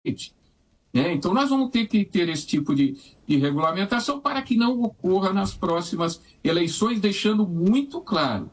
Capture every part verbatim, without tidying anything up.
Né? Então, nós vamos ter que ter esse tipo de, de regulamentação para que não ocorra nas próximas eleições, deixando muito claro,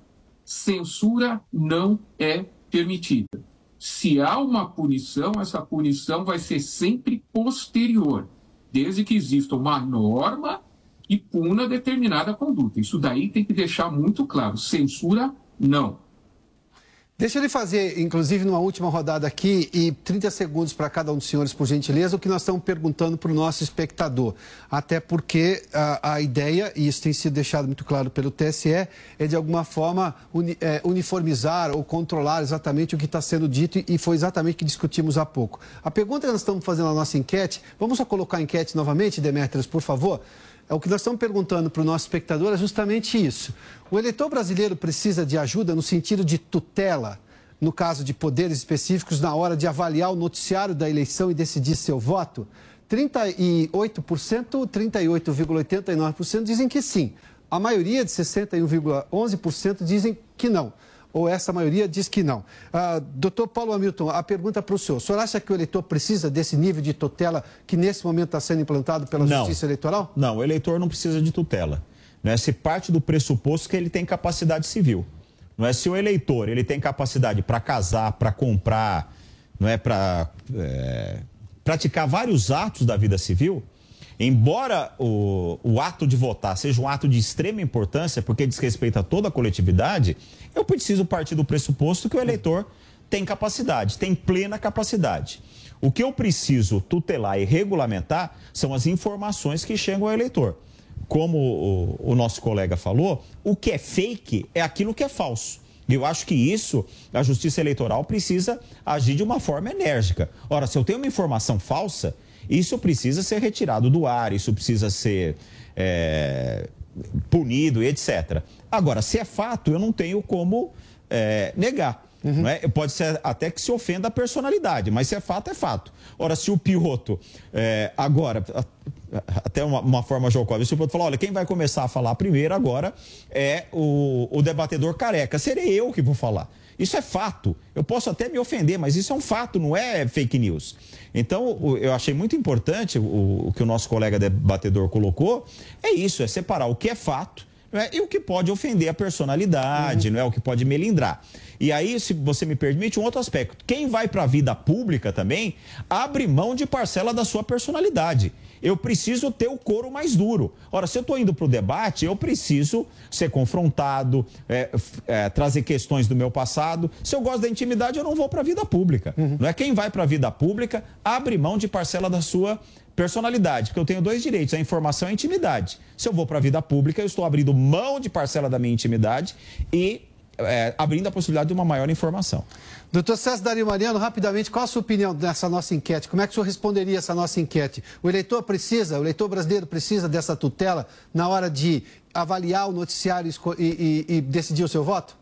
censura não é permitida. Se há uma punição, essa punição vai ser sempre posterior, desde que exista uma norma que puna determinada conduta. Isso daí tem que deixar muito claro, censura não. Deixa eu lhe fazer, inclusive, numa última rodada aqui, e trinta segundos para cada um dos senhores, por gentileza, o que nós estamos perguntando para o nosso espectador. Até porque a, a ideia, e isso tem sido deixado muito claro pelo T S E, é de alguma forma uni, é, uniformizar ou controlar exatamente o que está sendo dito, e foi exatamente o que discutimos há pouco. A pergunta que nós estamos fazendo na nossa enquete, vamos só colocar a enquete novamente, Demétrios, por favor? É, o que nós estamos perguntando para o nosso espectador é justamente isso. O eleitor brasileiro precisa de ajuda no sentido de tutela, no caso de poderes específicos, na hora de avaliar o noticiário da eleição e decidir seu voto? trinta e oito por cento, trinta e oito vírgula oitenta e nove por cento dizem que sim. A maioria, de sessenta e um vírgula onze por cento, dizem que não. Ou essa maioria diz que não. Ah, doutor Paulo Hamilton, a pergunta para o senhor. O senhor acha que o eleitor precisa desse nível de tutela que nesse momento está sendo implantado pela não. Justiça Eleitoral? Não, o eleitor não precisa de tutela. Não é? Se parte do pressuposto que ele tem capacidade civil. Não é? Se o eleitor ele tem capacidade para casar, para comprar, não é? Para é, praticar vários atos da vida civil, embora o, o ato de votar seja um ato de extrema importância, porque diz respeito a toda a coletividade, eu preciso partir do pressuposto que o eleitor tem capacidade, tem plena capacidade. O que eu preciso tutelar e regulamentar são as informações que chegam ao eleitor. Como o, o nosso colega falou, o que é fake é aquilo que é falso. E eu acho que isso, a Justiça Eleitoral precisa agir de uma forma enérgica. Ora, se eu tenho uma informação falsa, isso precisa ser retirado do ar, isso precisa ser é, punido e etcétera. Agora, se é fato, eu não tenho como é, negar. Uhum. Não é? Pode ser até que se ofenda a personalidade, mas se é fato, é fato. Ora, se o piloto, é, agora, até uma, uma forma jocosa, se o piloto falar, olha, quem vai começar a falar primeiro agora é o, o debatedor careca, serei eu que vou falar. Isso é fato. Eu posso até me ofender, mas isso é um fato, não é fake news. Então, eu achei muito importante o, o que o nosso colega debatedor colocou, é isso, é separar o que é fato, não é? E o que pode ofender a personalidade, uhum. não é? O que pode melindrar. E aí, se você me permite, um outro aspecto. Quem vai para a vida pública também abre mão de parcela da sua personalidade. Eu preciso ter o couro mais duro. Ora, se eu estou indo para o debate, eu preciso ser confrontado, é, é, trazer questões do meu passado. Se eu gosto da intimidade, eu não vou para a vida pública. Uhum. Não é? Quem vai para a vida pública abre mão de parcela da sua personalidade, porque eu tenho dois direitos, a informação e a intimidade. Se eu vou para a vida pública, eu estou abrindo mão de parcela da minha intimidade e é, abrindo a possibilidade de uma maior informação. Doutor César Dario Mariano, rapidamente, qual a sua opinião nessa nossa enquete? Como é que o senhor responderia essa nossa enquete? O eleitor precisa, o eleitor brasileiro precisa dessa tutela na hora de avaliar o noticiário e, e, e decidir o seu voto?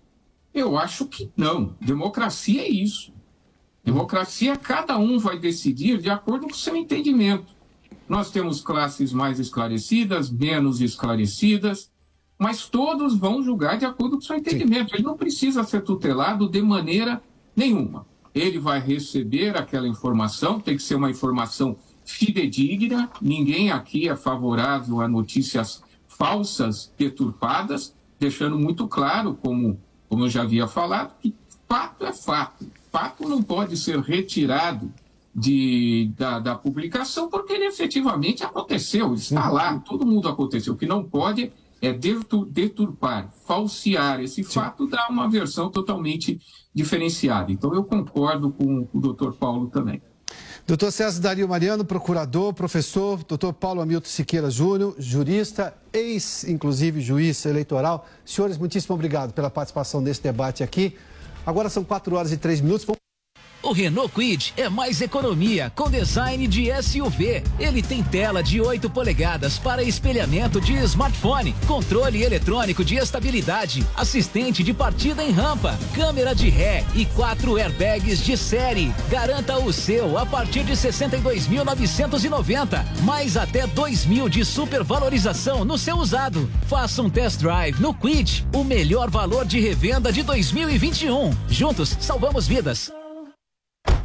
Eu acho que não. Democracia é isso. Democracia, cada um vai decidir de acordo com o seu entendimento. Nós temos classes mais esclarecidas, menos esclarecidas, mas todos vão julgar de acordo com o seu entendimento. Sim. Ele não precisa ser tutelado de maneira nenhuma. Ele vai receber aquela informação, tem que ser uma informação fidedigna. Ninguém aqui é favorável a notícias falsas, deturpadas, deixando muito claro, como, como eu já havia falado, que fato é fato. Fato não pode ser retirado de, da, da publicação, porque ele efetivamente aconteceu, está lá, todo mundo aconteceu. O que não pode é deturpar, falsear esse fato, dar uma versão totalmente diferenciada. Então, eu concordo com o doutor Paulo também. Doutor César Dario Mariano, procurador, professor, doutor Paulo Hamilton Siqueira Júnior, jurista, ex, inclusive, juiz eleitoral. Senhores, muitíssimo obrigado pela participação nesse debate aqui. Agora são quatro horas e três minutos. O Renault Kwid é mais economia com design de S U V. Ele tem tela de oito polegadas para espelhamento de smartphone, controle eletrônico de estabilidade, assistente de partida em rampa, câmera de ré e quatro airbags de série. Garanta o seu a partir de sessenta e dois mil novecentos e noventa, mais até dois mil de supervalorização no seu usado. Faça um test drive no Kwid, o melhor valor de revenda de dois mil e vinte e um. Juntos salvamos vidas.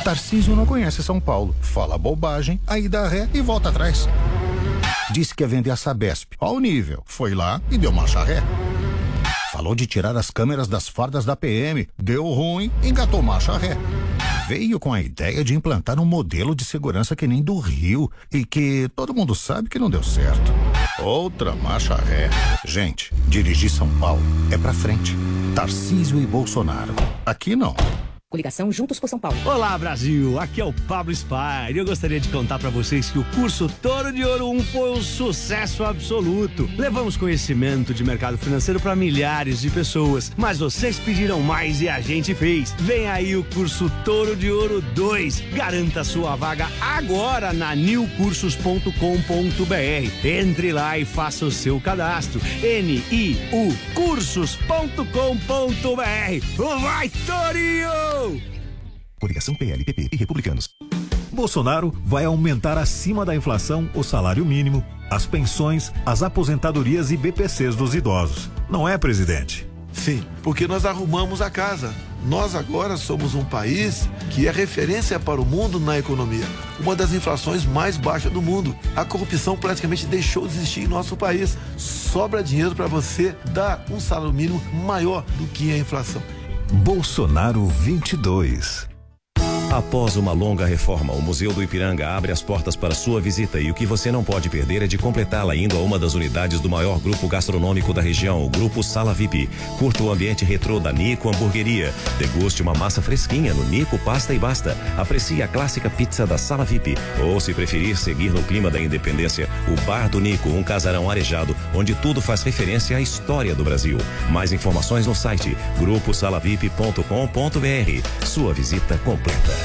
Tarcísio não conhece São Paulo. Fala bobagem, aí dá ré e volta atrás. Disse que ia vender a Sabesp. Ao nível. Foi lá e deu marcha ré. Falou de tirar as câmeras das fardas da P M. Deu ruim, engatou marcha ré. Veio com a ideia de implantar um modelo de segurança que nem do Rio e que todo mundo sabe que não deu certo. Outra marcha ré. Gente, dirigir São Paulo é pra frente. Tarcísio e Bolsonaro. Aqui não. Coligação Juntos por São Paulo. Olá, Brasil. Aqui é o Pablo Spire. Eu gostaria de contar para vocês que o curso Toro de Ouro um foi um sucesso absoluto. Levamos conhecimento de mercado financeiro para milhares de pessoas, mas vocês pediram mais e a gente fez. Vem aí o curso Toro de Ouro dois. Garanta sua vaga agora na new cursos ponto com ponto b r. Entre lá e faça o seu cadastro. N I U cursos ponto com ponto b r. Vai, Torinho! Coligação P L, P P e Republicanos. Bolsonaro vai aumentar acima da inflação o salário mínimo, as pensões, as aposentadorias e B P Cs dos idosos. Não é, presidente? Sim, porque nós arrumamos a casa. Nós agora somos um país que é referência para o mundo na economia. Uma das inflações mais baixas do mundo. A corrupção praticamente deixou de existir em nosso país. Sobra dinheiro para você dar um salário mínimo maior do que a inflação. Bolsonaro vinte e dois. Após uma longa reforma, o Museu do Ipiranga abre as portas para sua visita e o que você não pode perder é de completá-la indo a uma das unidades do maior grupo gastronômico da região, o Grupo Sala V I P. Curta o ambiente retrô da Nico Hamburgueria. Deguste uma massa fresquinha no Nico Pasta e Basta. Aprecie a clássica pizza da Sala V I P. Ou, se preferir seguir no clima da independência, o Bar do Nico, um casarão arejado, onde tudo faz referência à história do Brasil. Mais informações no site grupo sala vip ponto com ponto b r. Sua visita completa.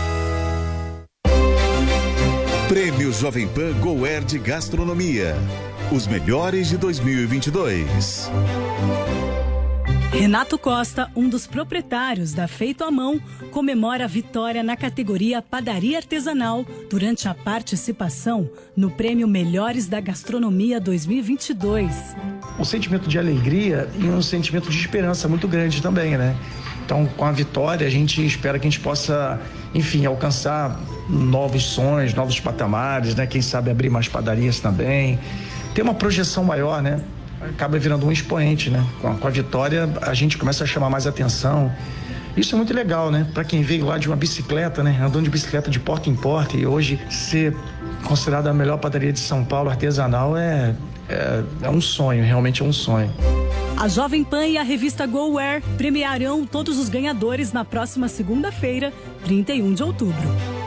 Prêmio Jovem Pan Goer de Gastronomia. Os melhores de dois mil e vinte e dois. Renato Costa, um dos proprietários da Feito à Mão, comemora a vitória na categoria Padaria Artesanal durante a participação no Prêmio Melhores da Gastronomia dois mil e vinte e dois. Um sentimento de alegria e um sentimento de esperança muito grande também, né? Então, com a vitória, a gente espera que a gente possa, enfim, alcançar novos sonhos, novos patamares, né? Quem sabe abrir mais padarias também. Ter uma projeção maior, né? Acaba virando um expoente, né? Com a, com a vitória, a gente começa a chamar mais atenção. Isso é muito legal, né? Para quem veio lá de uma bicicleta, né? Andando de bicicleta de porta em porta e hoje ser considerada a melhor padaria de São Paulo artesanal é, é, é um sonho, realmente é um sonho. A Jovem Pan e a revista GoWare premiarão todos os ganhadores na próxima segunda-feira, trinta e um de outubro.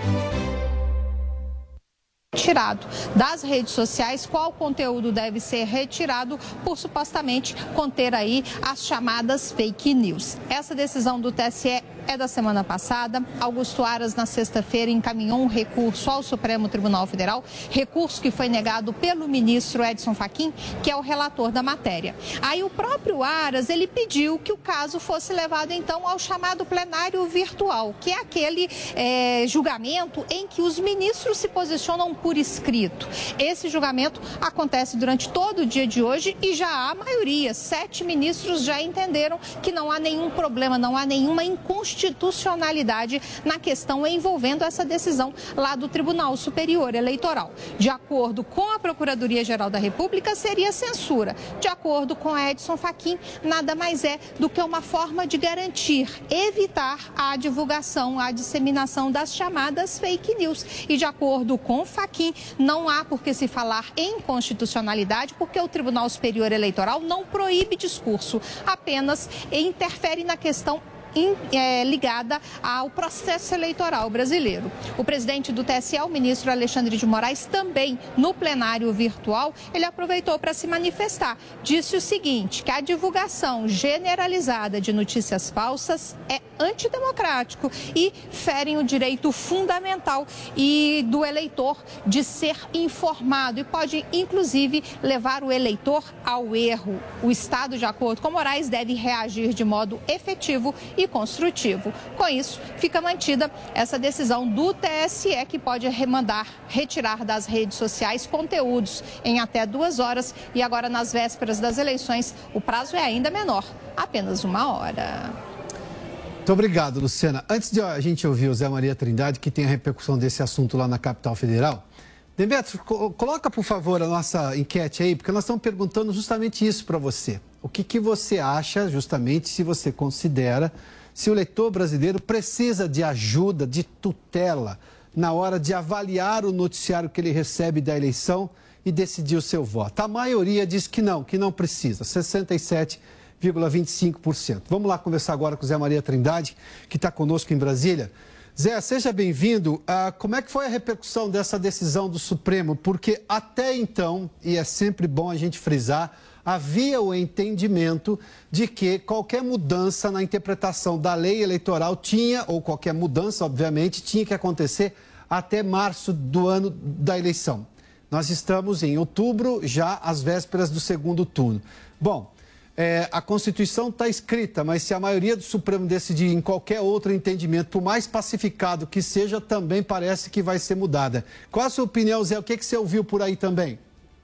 Tirado das redes sociais, qual conteúdo deve ser retirado por supostamente conter aí as chamadas fake news. Essa decisão do T S E é da semana passada. Augusto Aras, na sexta-feira, encaminhou um recurso ao Supremo Tribunal Federal, recurso que foi negado pelo ministro Edson Fachin, que é o relator da matéria. Aí o próprio Aras, ele pediu que o caso fosse levado então ao chamado plenário virtual, que é aquele é, julgamento em que os ministros se posicionam por escrito. Esse julgamento acontece durante todo o dia de hoje e já há maioria, sete ministros já entenderam que não há nenhum problema, não há nenhuma inconstitucionalidade constitucionalidade na questão envolvendo essa decisão lá do Tribunal Superior Eleitoral. De acordo com a Procuradoria-Geral da República, seria censura. De acordo com Edson Fachin, nada mais é do que uma forma de garantir, evitar a divulgação, a disseminação das chamadas fake news. E de acordo com Fachin, não há por que se falar em constitucionalidade, porque o Tribunal Superior Eleitoral não proíbe discurso, apenas interfere na questão ligada ao processo eleitoral brasileiro. O presidente do T S E, o ministro Alexandre de Moraes, também no plenário virtual, ele aproveitou para se manifestar. Disse o seguinte, que a divulgação generalizada de notícias falsas é antidemocrático e ferem o direito fundamental e do eleitor de ser informado e pode, inclusive, levar o eleitor ao erro. O Estado, de acordo com Moraes, deve reagir de modo efetivo e construtivo. Com isso, fica mantida essa decisão do T S E, que pode remandar, retirar das redes sociais conteúdos em até duas horas e agora, nas vésperas das eleições, o prazo é ainda menor, apenas uma hora. Muito obrigado, Luciana. Antes de a gente ouvir o Zé Maria Trindade, que tem a repercussão desse assunto lá na capital federal, Demetrio, coloca, por favor, a nossa enquete aí, porque nós estamos perguntando justamente isso para você. O que, que você acha, justamente, se você considera, se o eleitor brasileiro precisa de ajuda, de tutela, na hora de avaliar o noticiário que ele recebe da eleição e decidir o seu voto. A maioria diz que não, que não precisa, sessenta e sete vírgula vinte e cinco por cento. Vamos lá conversar agora com o Zé Maria Trindade, que está conosco em Brasília. Zé, seja bem-vindo. Ah, como é que foi a repercussão dessa decisão do Supremo? Porque até então, e é sempre bom a gente frisar, havia o entendimento de que qualquer mudança na interpretação da lei eleitoral tinha, ou qualquer mudança, obviamente, tinha que acontecer até março do ano da eleição. Nós estamos em outubro, já às vésperas do segundo turno. Bom, é, a Constituição está escrita, mas se a maioria do Supremo decidir em qualquer outro entendimento, por mais pacificado que seja, também parece que vai ser mudada. Qual a sua opinião, Zé? O que, que você ouviu por aí também?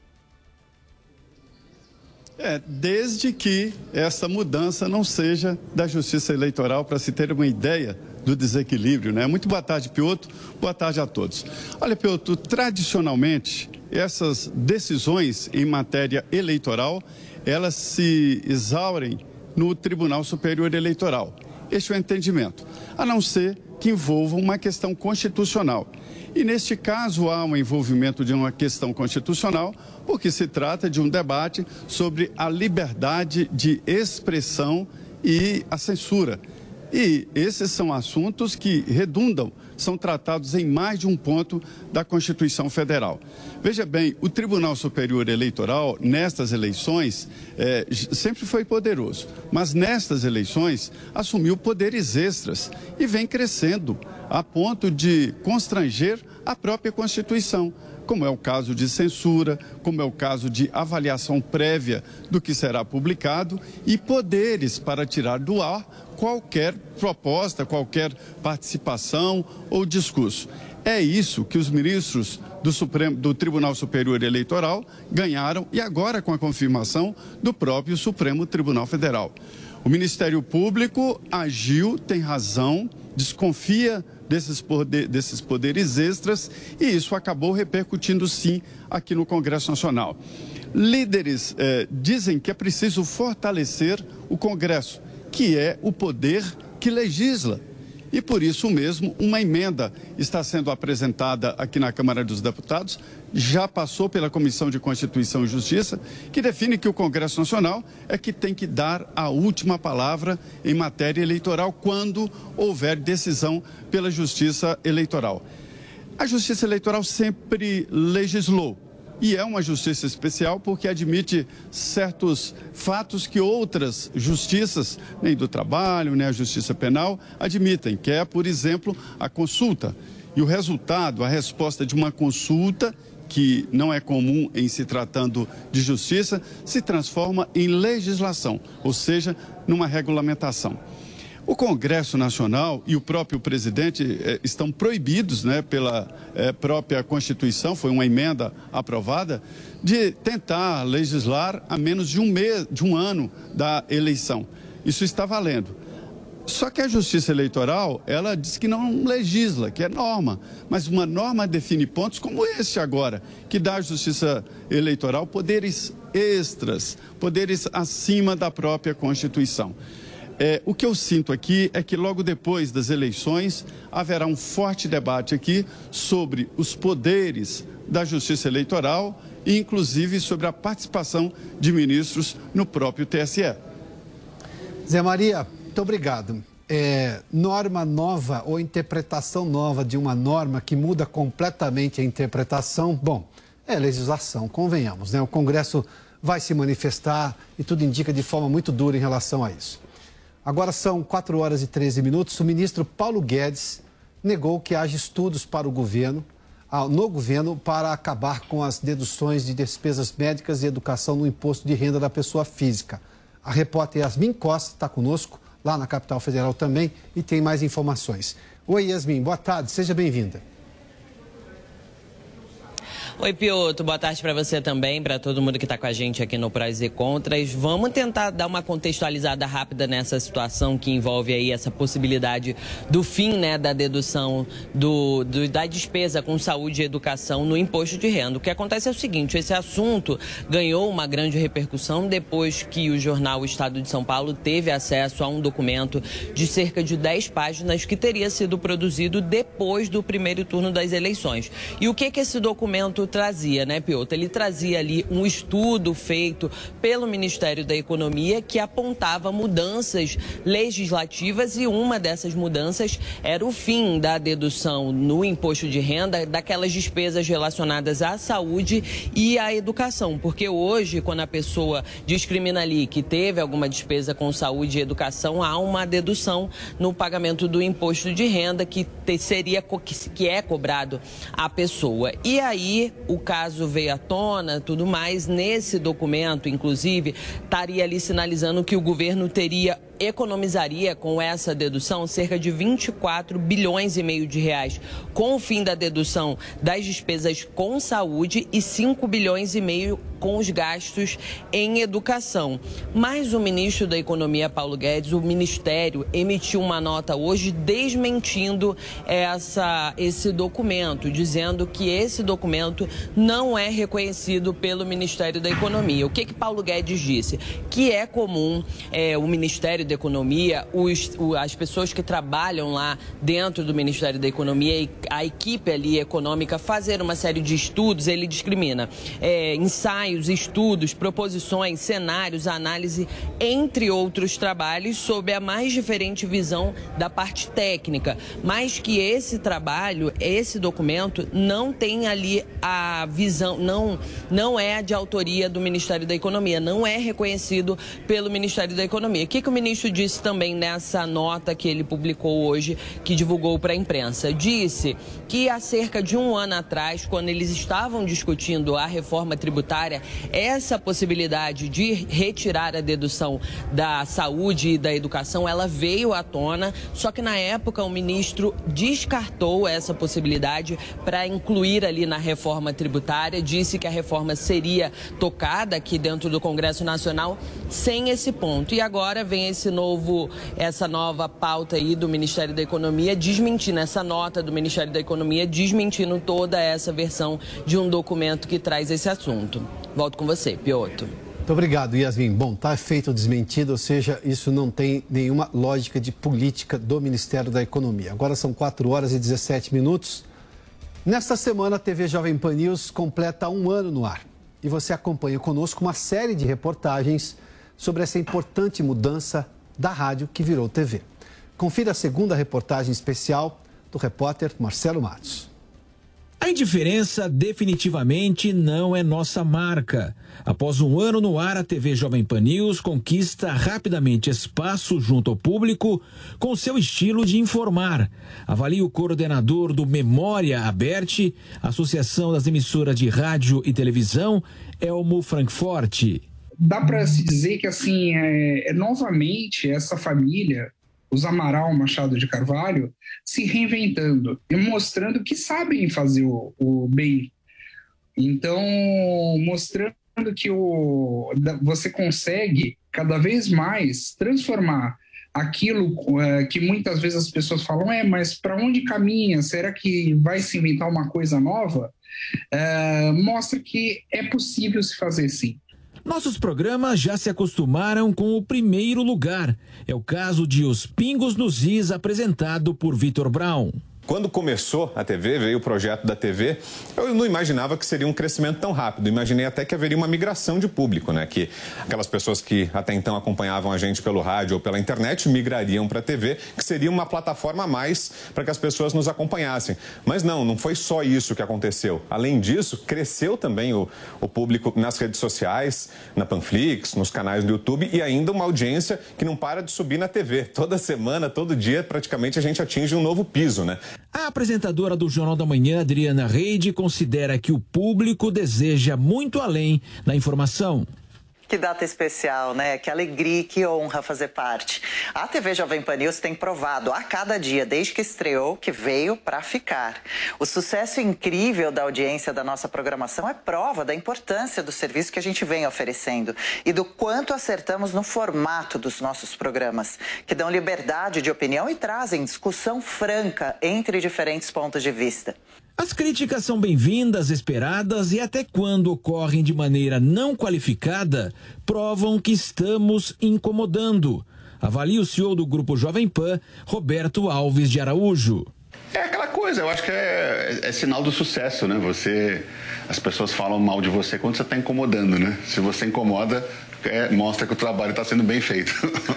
É, desde que essa mudança não seja da Justiça Eleitoral, para se ter uma ideia do desequilíbrio, né? Muito boa tarde, Piotr. Boa tarde a todos. Olha, Piotr, tradicionalmente, essas decisões em matéria eleitoral, elas se exaurem no Tribunal Superior Eleitoral. Este é o entendimento, a não ser que envolva uma questão constitucional. E, neste caso, há um envolvimento de uma questão constitucional, porque se trata de um debate sobre a liberdade de expressão e a censura. E esses são assuntos que redundam, são tratados em mais de um ponto da Constituição Federal. Veja bem, o Tribunal Superior Eleitoral, nestas eleições, é, sempre foi poderoso, mas nestas eleições assumiu poderes extras e vem crescendo a ponto de constranger a própria Constituição, como é o caso de censura, como é o caso de avaliação prévia do que será publicado e poderes para tirar do ar qualquer proposta, qualquer participação ou discurso. É isso que os ministros do, Supremo, do Tribunal Superior Eleitoral ganharam e agora com a confirmação do próprio Supremo Tribunal Federal. O Ministério Público agiu, tem razão, desconfia desses, poder, desses poderes extras e isso acabou repercutindo sim aqui no Congresso Nacional. Líderes eh, dizem que é preciso fortalecer o Congresso, que é o poder que legisla. E por isso mesmo, uma emenda está sendo apresentada aqui na Câmara dos Deputados, já passou pela Comissão de Constituição e Justiça, que define que o Congresso Nacional é que tem que dar a última palavra em matéria eleitoral quando houver decisão pela Justiça Eleitoral. A Justiça Eleitoral sempre legislou. E é uma justiça especial porque admite certos fatos que outras justiças, nem do trabalho, nem a justiça penal, admitem, que é, por exemplo, a consulta. E o resultado, a resposta de uma consulta, que não é comum em se tratando de justiça, se transforma em legislação, ou seja, numa regulamentação. O Congresso Nacional e o próprio presidente eh, estão proibidos, né, pela eh, própria Constituição, foi uma emenda aprovada, de tentar legislar a menos de um mês, de um ano da eleição. Isso está valendo. Só que a Justiça Eleitoral, ela diz que não legisla, que é norma, mas uma norma define pontos como este agora, que dá à Justiça Eleitoral poderes extras, poderes acima da própria Constituição. É, o que eu sinto aqui é que logo depois das eleições haverá um forte debate aqui sobre os poderes da Justiça Eleitoral e inclusive sobre a participação de ministros no próprio T S E. Zé Maria, muito obrigado. É, norma nova ou interpretação nova de uma norma que muda completamente a interpretação, bom, é legislação, convenhamos, né? O Congresso vai se manifestar e tudo indica de forma muito dura em relação a isso. Agora são quatro horas e treze minutos. O ministro Paulo Guedes negou que haja estudos para o governo, no governo para acabar com as deduções de despesas médicas e educação no imposto de renda da pessoa física. A repórter Yasmin Costa está conosco, lá na capital federal também, e tem mais informações. Oi, Yasmin, boa tarde, seja bem-vinda. Oi, Piotr, boa tarde para você também, para todo mundo que está com a gente aqui no Prós e Contras. Vamos tentar dar uma contextualizada rápida nessa situação que envolve aí essa possibilidade do fim, né, da dedução do, do, da despesa com saúde e educação no imposto de renda. O que acontece é o seguinte, esse assunto ganhou uma grande repercussão depois que o jornal O Estado de São Paulo teve acesso a um documento de cerca de dez páginas que teria sido produzido depois do primeiro turno das eleições. E o que que esse documento trazia, né, Piotr? Ele trazia ali um estudo feito pelo Ministério da Economia que apontava mudanças legislativas e uma dessas mudanças era o fim da dedução no imposto de renda daquelas despesas relacionadas à saúde e à educação, porque hoje, quando a pessoa discrimina ali que teve alguma despesa com saúde e educação, há uma dedução no pagamento do imposto de renda que te, seria que é cobrado à pessoa. E aí o caso veio à tona, tudo mais. Nesse documento, inclusive, estaria ali sinalizando que o governo teria economizaria com essa dedução cerca de vinte e quatro bilhões e meio de reais com o fim da dedução das despesas com saúde e cinco bilhões e meio com os gastos em educação. Mas o ministro da Economia, Paulo Guedes, o Ministério emitiu uma nota hoje desmentindo essa, esse documento, dizendo que esse documento não é reconhecido pelo Ministério da Economia. O que que Paulo Guedes disse? Que é comum é, o Ministério da Economia, os, o, as pessoas que trabalham lá dentro do Ministério da Economia e a equipe ali econômica fazer uma série de estudos. Ele discrimina é, ensaios, estudos, proposições, cenários, análise, entre outros trabalhos, sob a mais diferente visão da parte técnica, mas que esse trabalho, esse documento, não tem ali a visão, não, não é de autoria do Ministério da Economia, não é reconhecido pelo Ministério da Economia. O que, que o ministro disse também nessa nota que ele publicou hoje, que divulgou para a imprensa? Disse que há cerca de um ano atrás, quando eles estavam discutindo a reforma tributária, essa possibilidade de retirar a dedução da saúde e da educação, ela veio à tona, só que na época o ministro descartou essa possibilidade para incluir ali na reforma tributária, disse que a reforma seria tocada aqui dentro do Congresso Nacional sem esse ponto. E agora vem esse novo, essa nova pauta aí do Ministério da Economia desmentindo, essa nota do Ministério da Economia desmentindo toda essa versão de um documento que traz esse assunto. Volto com você, Piotr. Muito obrigado, Yasmin. Bom, está feito o desmentido, ou seja, isso não tem nenhuma lógica de política do Ministério da Economia. Agora são quatro horas e dezessete minutos. Nesta semana, a T V Jovem Pan News completa um ano no ar. E você acompanha conosco uma série de reportagens sobre essa importante mudança da rádio que virou T V. Confira a segunda reportagem especial do repórter Marcelo Matos. A indiferença definitivamente não é nossa marca. Após um ano no ar, a T V Jovem Pan News conquista rapidamente espaço junto ao público com seu estilo de informar. Avalia o coordenador do Memória Aberte, Associação das Emissoras de Rádio e Televisão, Elmo Frankfort. Dá para se dizer que, assim, é, é novamente essa família, os Amaral Machado de Carvalho, se reinventando e mostrando que sabem fazer o, o bem. Então, mostrando que o, você consegue cada vez mais transformar aquilo é, que muitas vezes as pessoas falam, é, mas para onde caminha? Será que vai se inventar uma coisa nova? É, mostra que é possível se fazer sim. Nossos programas já se acostumaram com o primeiro lugar. É o caso de Os Pingos nos Is, apresentado por Vitor Brown. Quando começou a T V, veio o projeto da T V, eu não imaginava que seria um crescimento tão rápido. Imaginei até que haveria uma migração de público, né? Que aquelas pessoas que até então acompanhavam a gente pelo rádio ou pela internet migrariam para a T V, que seria uma plataforma a mais para que as pessoas nos acompanhassem. Mas não, não foi só isso que aconteceu. Além disso, cresceu também o, o público nas redes sociais, na Panflix, nos canais do YouTube e ainda uma audiência que não para de subir na T V. Toda semana, todo dia, praticamente a gente atinge um novo piso, né? A apresentadora do Jornal da Manhã, Adriana Reide, considera que o público deseja muito além da informação. Que data especial, né? Que alegria e que honra fazer parte. A T V Jovem Pan News tem provado a cada dia, desde que estreou, que veio para ficar. O sucesso incrível da audiência da nossa programação é prova da importância do serviço que a gente vem oferecendo e do quanto acertamos no formato dos nossos programas, que dão liberdade de opinião e trazem discussão franca entre diferentes pontos de vista. As críticas são bem-vindas, esperadas e até quando ocorrem de maneira não qualificada, provam que estamos incomodando. Avalia o C E O do Grupo Jovem Pan, Roberto Alves de Araújo. É aquela coisa, eu acho que é, é, é sinal do sucesso, né? Você, as pessoas falam mal de você quando você está incomodando, né? Se você incomoda, é, mostra que o trabalho está sendo bem feito.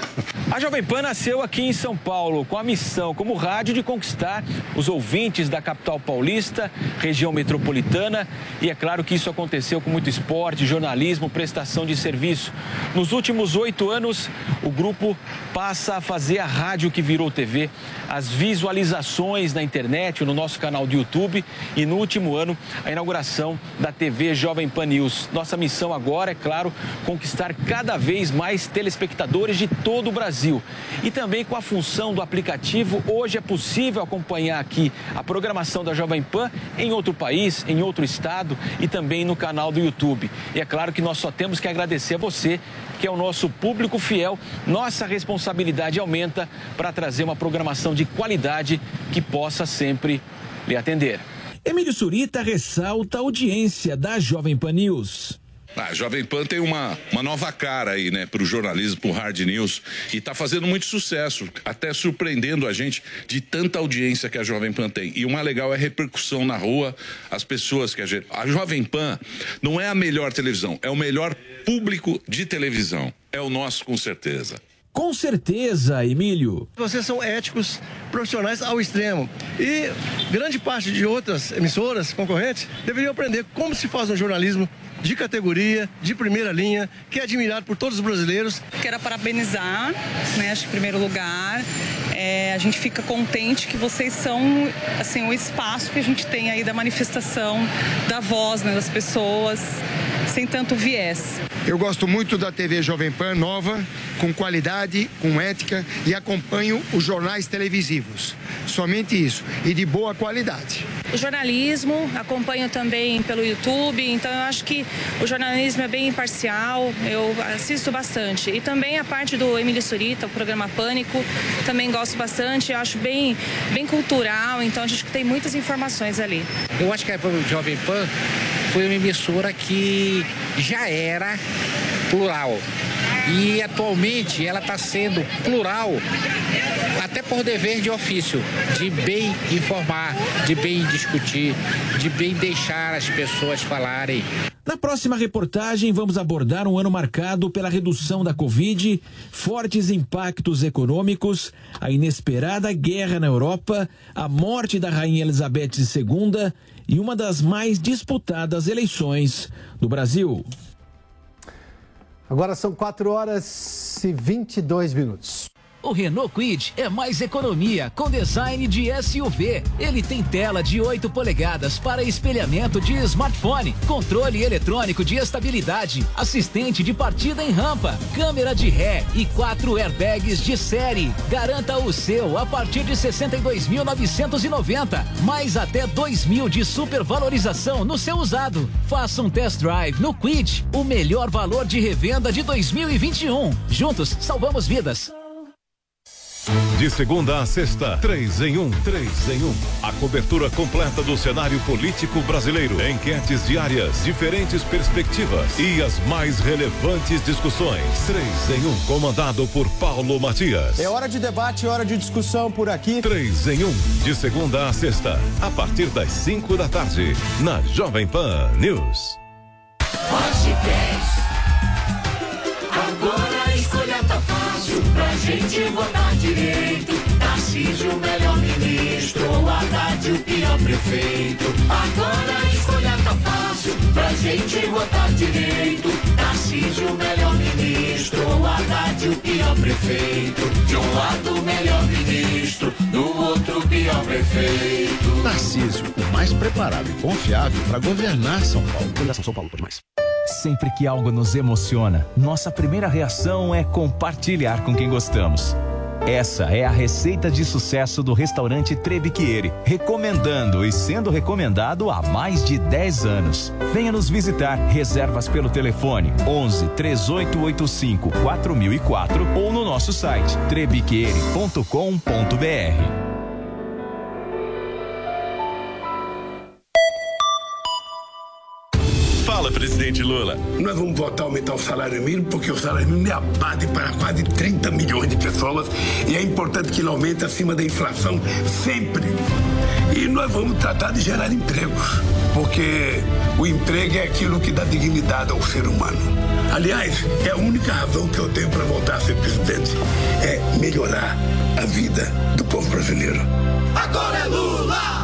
A Jovem Pan nasceu aqui em São Paulo com a missão como rádio de conquistar os ouvintes da capital paulista, região metropolitana, e é claro que isso aconteceu com muito esporte, jornalismo, prestação de serviço. Nos últimos oito anos, o grupo passa a fazer a rádio que virou T V, as visualizações na internet, no nosso canal do YouTube e no último ano, a inauguração da T V Jovem Pan News. Nossa missão agora, é claro, conquistar cada vez mais telespectadores de todo o Brasil. E também com a função do aplicativo, hoje é possível acompanhar aqui a programação da Jovem Pan em outro país, em outro estado e também no canal do YouTube. E é claro que nós só temos que agradecer a você, que é o nosso público fiel. Nossa responsabilidade aumenta para trazer uma programação de qualidade que possa sempre lhe atender. Emílio Surita ressalta a audiência da Jovem Pan News. A Jovem Pan tem uma, uma nova cara aí, né, para o jornalismo, para o hard news, e está fazendo muito sucesso, até surpreendendo a gente de tanta audiência que a Jovem Pan tem. E o mais legal é a repercussão na rua, as pessoas que a gente... A Jovem Pan não é a melhor televisão, é o melhor público de televisão. É o nosso, com certeza. Com certeza, Emílio. Vocês são éticos, profissionais ao extremo. E grande parte de outras emissoras concorrentes deveriam aprender como se faz um jornalismo de categoria, de primeira linha, que é admirado por todos os brasileiros. Quero parabenizar, né, acho que em primeiro lugar, é, a gente fica contente que vocês são, assim, o espaço que a gente tem aí da manifestação da voz, né, das pessoas, sem tanto viés. Eu gosto muito da T V Jovem Pan nova, com qualidade, com ética, e acompanho os jornais televisivos. Somente isso, e de boa qualidade. O jornalismo, acompanho também pelo YouTube, então eu acho que o jornalismo é bem imparcial, eu assisto bastante. E também a parte do Emílio Surita, o programa Pânico, também gosto bastante, eu acho bem, bem cultural, então a gente tem muitas informações ali. Eu acho que a Jovem Pan foi uma emissora que já era plural. E atualmente ela está sendo plural, até por dever de ofício, de bem informar, de bem discutir, de bem deixar as pessoas falarem. Na próxima reportagem, vamos abordar um ano marcado pela redução da Covid, fortes impactos econômicos, a inesperada guerra na Europa, a morte da Rainha Elizabeth segunda e uma das mais disputadas eleições do Brasil. Agora são quatro horas e vinte e dois minutos. O Renault Kwid é mais economia com design de S U V. Ele tem tela de oito polegadas para espelhamento de smartphone, controle eletrônico de estabilidade, assistente de partida em rampa, câmera de ré e quatro airbags de série. Garanta o seu a partir de sessenta e dois mil novecentos e noventa, mais até dois mil de supervalorização no seu usado. Faça um test drive no Kwid, o melhor valor de revenda de dois mil e vinte e um. Juntos salvamos vidas. De segunda a sexta, três em um, três em um. A cobertura completa do cenário político brasileiro. Enquetes diárias, diferentes perspectivas e as mais relevantes discussões. Três em um, comandado por Paulo Matias. É hora de debate, hora de discussão por aqui. Três em um, de segunda a sexta, a partir das cinco da tarde, na Jovem Pan News. Agora a escolha tá fácil pra gente votar direito. Tarcísio, o melhor ministro, Haddad, o pior prefeito. Agora a escolha tá fácil pra gente votar direito. Tarcísio, o melhor ministro, Haddad, o pior prefeito. De um lado o melhor ministro, do outro o pior prefeito. Tarcísio, o mais preparado e confiável para governar São Paulo. Fundação São Paulo, por mais. Sempre que algo nos emociona, nossa primeira reação é compartilhar com quem gostamos. Essa é a receita de sucesso do restaurante Trebiquieri, recomendando e sendo recomendado há mais de dez anos. Venha nos visitar. Reservas pelo telefone onze, três oito oito cinco, quatro mil e quatro ou no nosso site trebiquieri ponto com ponto br. Fala, presidente Lula. Nós vamos votar aumentar o salário mínimo porque o salário mínimo é a base para quase trinta milhões de pessoas e é importante que ele aumente acima da inflação sempre. E nós vamos tratar de gerar empregos, porque o emprego é aquilo que dá dignidade ao ser humano. Aliás, é a única razão que eu tenho para voltar a ser presidente, é melhorar a vida do povo brasileiro. Agora é Lula!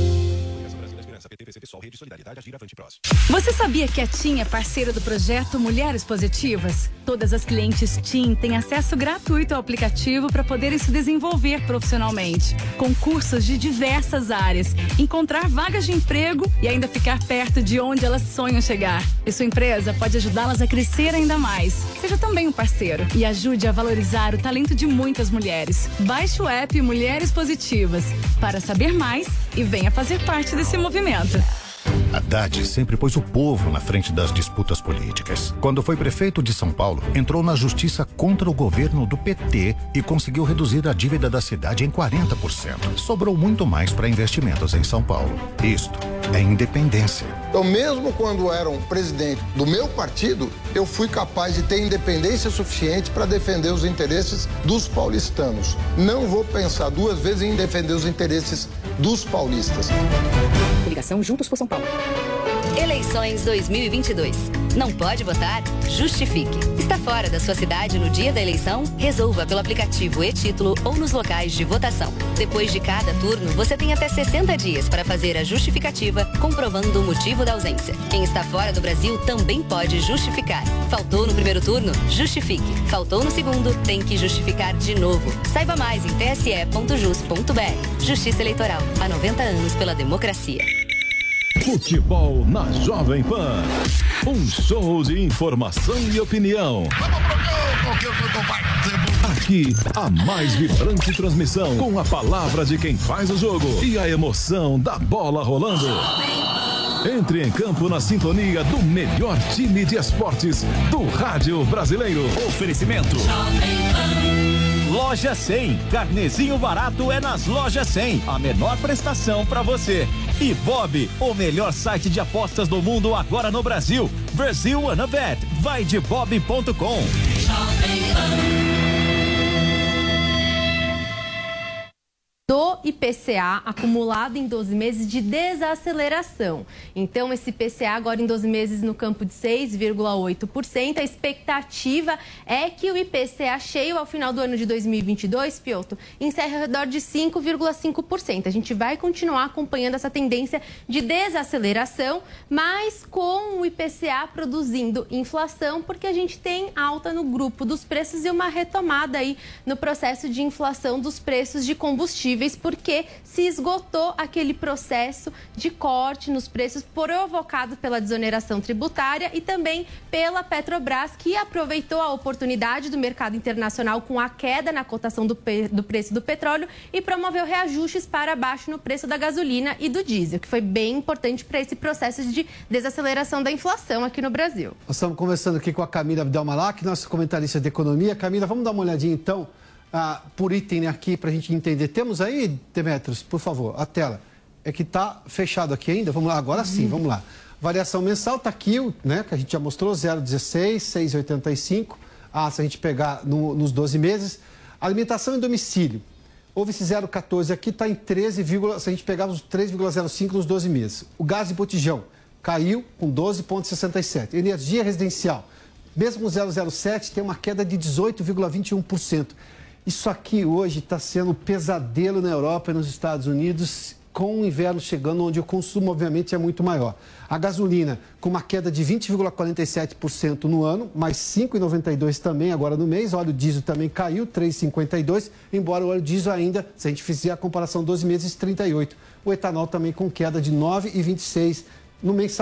Você sabia que a TIM é parceira do projeto Mulheres Positivas? Todas as clientes TIM têm acesso gratuito ao aplicativo para poderem se desenvolver profissionalmente, com cursos de diversas áreas, encontrar vagas de emprego e ainda ficar perto de onde elas sonham chegar. E sua empresa pode ajudá-las a crescer ainda mais. Seja também um parceiro e ajude a valorizar o talento de muitas mulheres. Baixe o app Mulheres Positivas para saber mais e venha fazer parte desse movimento. Haddad sempre pôs o povo na frente das disputas políticas. Quando foi prefeito de São Paulo, entrou na justiça contra o governo do P T e conseguiu reduzir a dívida da cidade em quarenta por cento. Sobrou muito mais para investimentos em São Paulo. Isto é independência. Então, mesmo quando era um presidente do meu partido, eu fui capaz de ter independência suficiente para defender os interesses dos paulistanos. Não vou pensar duas vezes em defender os interesses dos paulistas. Coligação Juntos por São Paulo. Eleições dois mil e vinte e dois. Não pode votar? Justifique. Está fora da sua cidade no dia da eleição? Resolva pelo aplicativo e-Título ou nos locais de votação. Depois de cada turno, você tem até sessenta dias para fazer a justificativa, comprovando o motivo da ausência. Quem está fora do Brasil também pode justificar. Faltou no primeiro turno? Justifique. Faltou no segundo? Tem que justificar de novo. Saiba mais em t s e ponto jus ponto b r. Justiça Eleitoral. Há noventa anos pela democracia. Futebol na Jovem Pan. Um show de informação e opinião. Aqui, a mais vibrante transmissão, com a palavra de quem faz o jogo e a emoção da bola rolando. Entre em campo na sintonia do melhor time de esportes do rádio brasileiro. Oferecimento Loja cem. Carnezinho barato é nas Lojas cem. A menor prestação para você. E Bob, o melhor site de apostas do mundo agora no Brasil. Brasil Wanna Bet. Vai de bob ponto com. Do I P C A acumulado em doze meses de desaceleração. Então, esse I P C A agora em doze meses no campo de seis vírgula oito por cento. A expectativa é que o I P C A cheio ao final do ano de dois mil e vinte e dois, Piotr, encerre ao redor de cinco vírgula cinco por cento. A gente vai continuar acompanhando essa tendência de desaceleração, mas com o I P C A produzindo inflação, porque a gente tem alta no grupo dos preços e uma retomada aí no processo de inflação dos preços de combustíveis, porque se esgotou aquele processo de corte nos preços provocado pela desoneração tributária e também pela Petrobras, que aproveitou a oportunidade do mercado internacional com a queda na cotação do, do preço do petróleo e promoveu reajustes para baixo no preço da gasolina e do diesel, que foi bem importante para esse processo de desaceleração da inflação aqui no Brasil. Nós estamos conversando aqui com a Camila Abdelmalak, nossa comentarista de economia. Camila, vamos dar uma olhadinha então Ah, por item aqui para a gente entender. Temos aí, Demetrios, por favor, a tela. É que está fechado aqui ainda. Vamos lá, agora sim, uhum. Vamos lá. Variação mensal está aqui, né, que a gente já mostrou, zero vírgula dezesseis, seis vírgula oitenta e cinco. Ah, se a gente pegar no, nos doze meses. Alimentação em domicílio. Houve esse zero vírgula quatorze aqui, está em treze, se a gente pegar os três vírgula zero cinco nos doze meses. O gás de botijão caiu com doze vírgula sessenta e sete. Energia residencial, mesmo com zero vírgula zero sete, tem uma queda de dezoito vírgula vinte e um por cento. Isso aqui hoje está sendo um pesadelo na Europa e nos Estados Unidos, com o inverno chegando, onde o consumo, obviamente, é muito maior. A gasolina, com uma queda de vinte vírgula quarenta e sete por cento no ano, mais cinco vírgula noventa e dois por cento também agora no mês. O óleo diesel também caiu, três vírgula cinquenta e dois por cento, embora o óleo diesel ainda, se a gente fizer a comparação doze meses, trinta e oito por cento. O etanol também com queda de nove vírgula vinte e seis por cento no mensal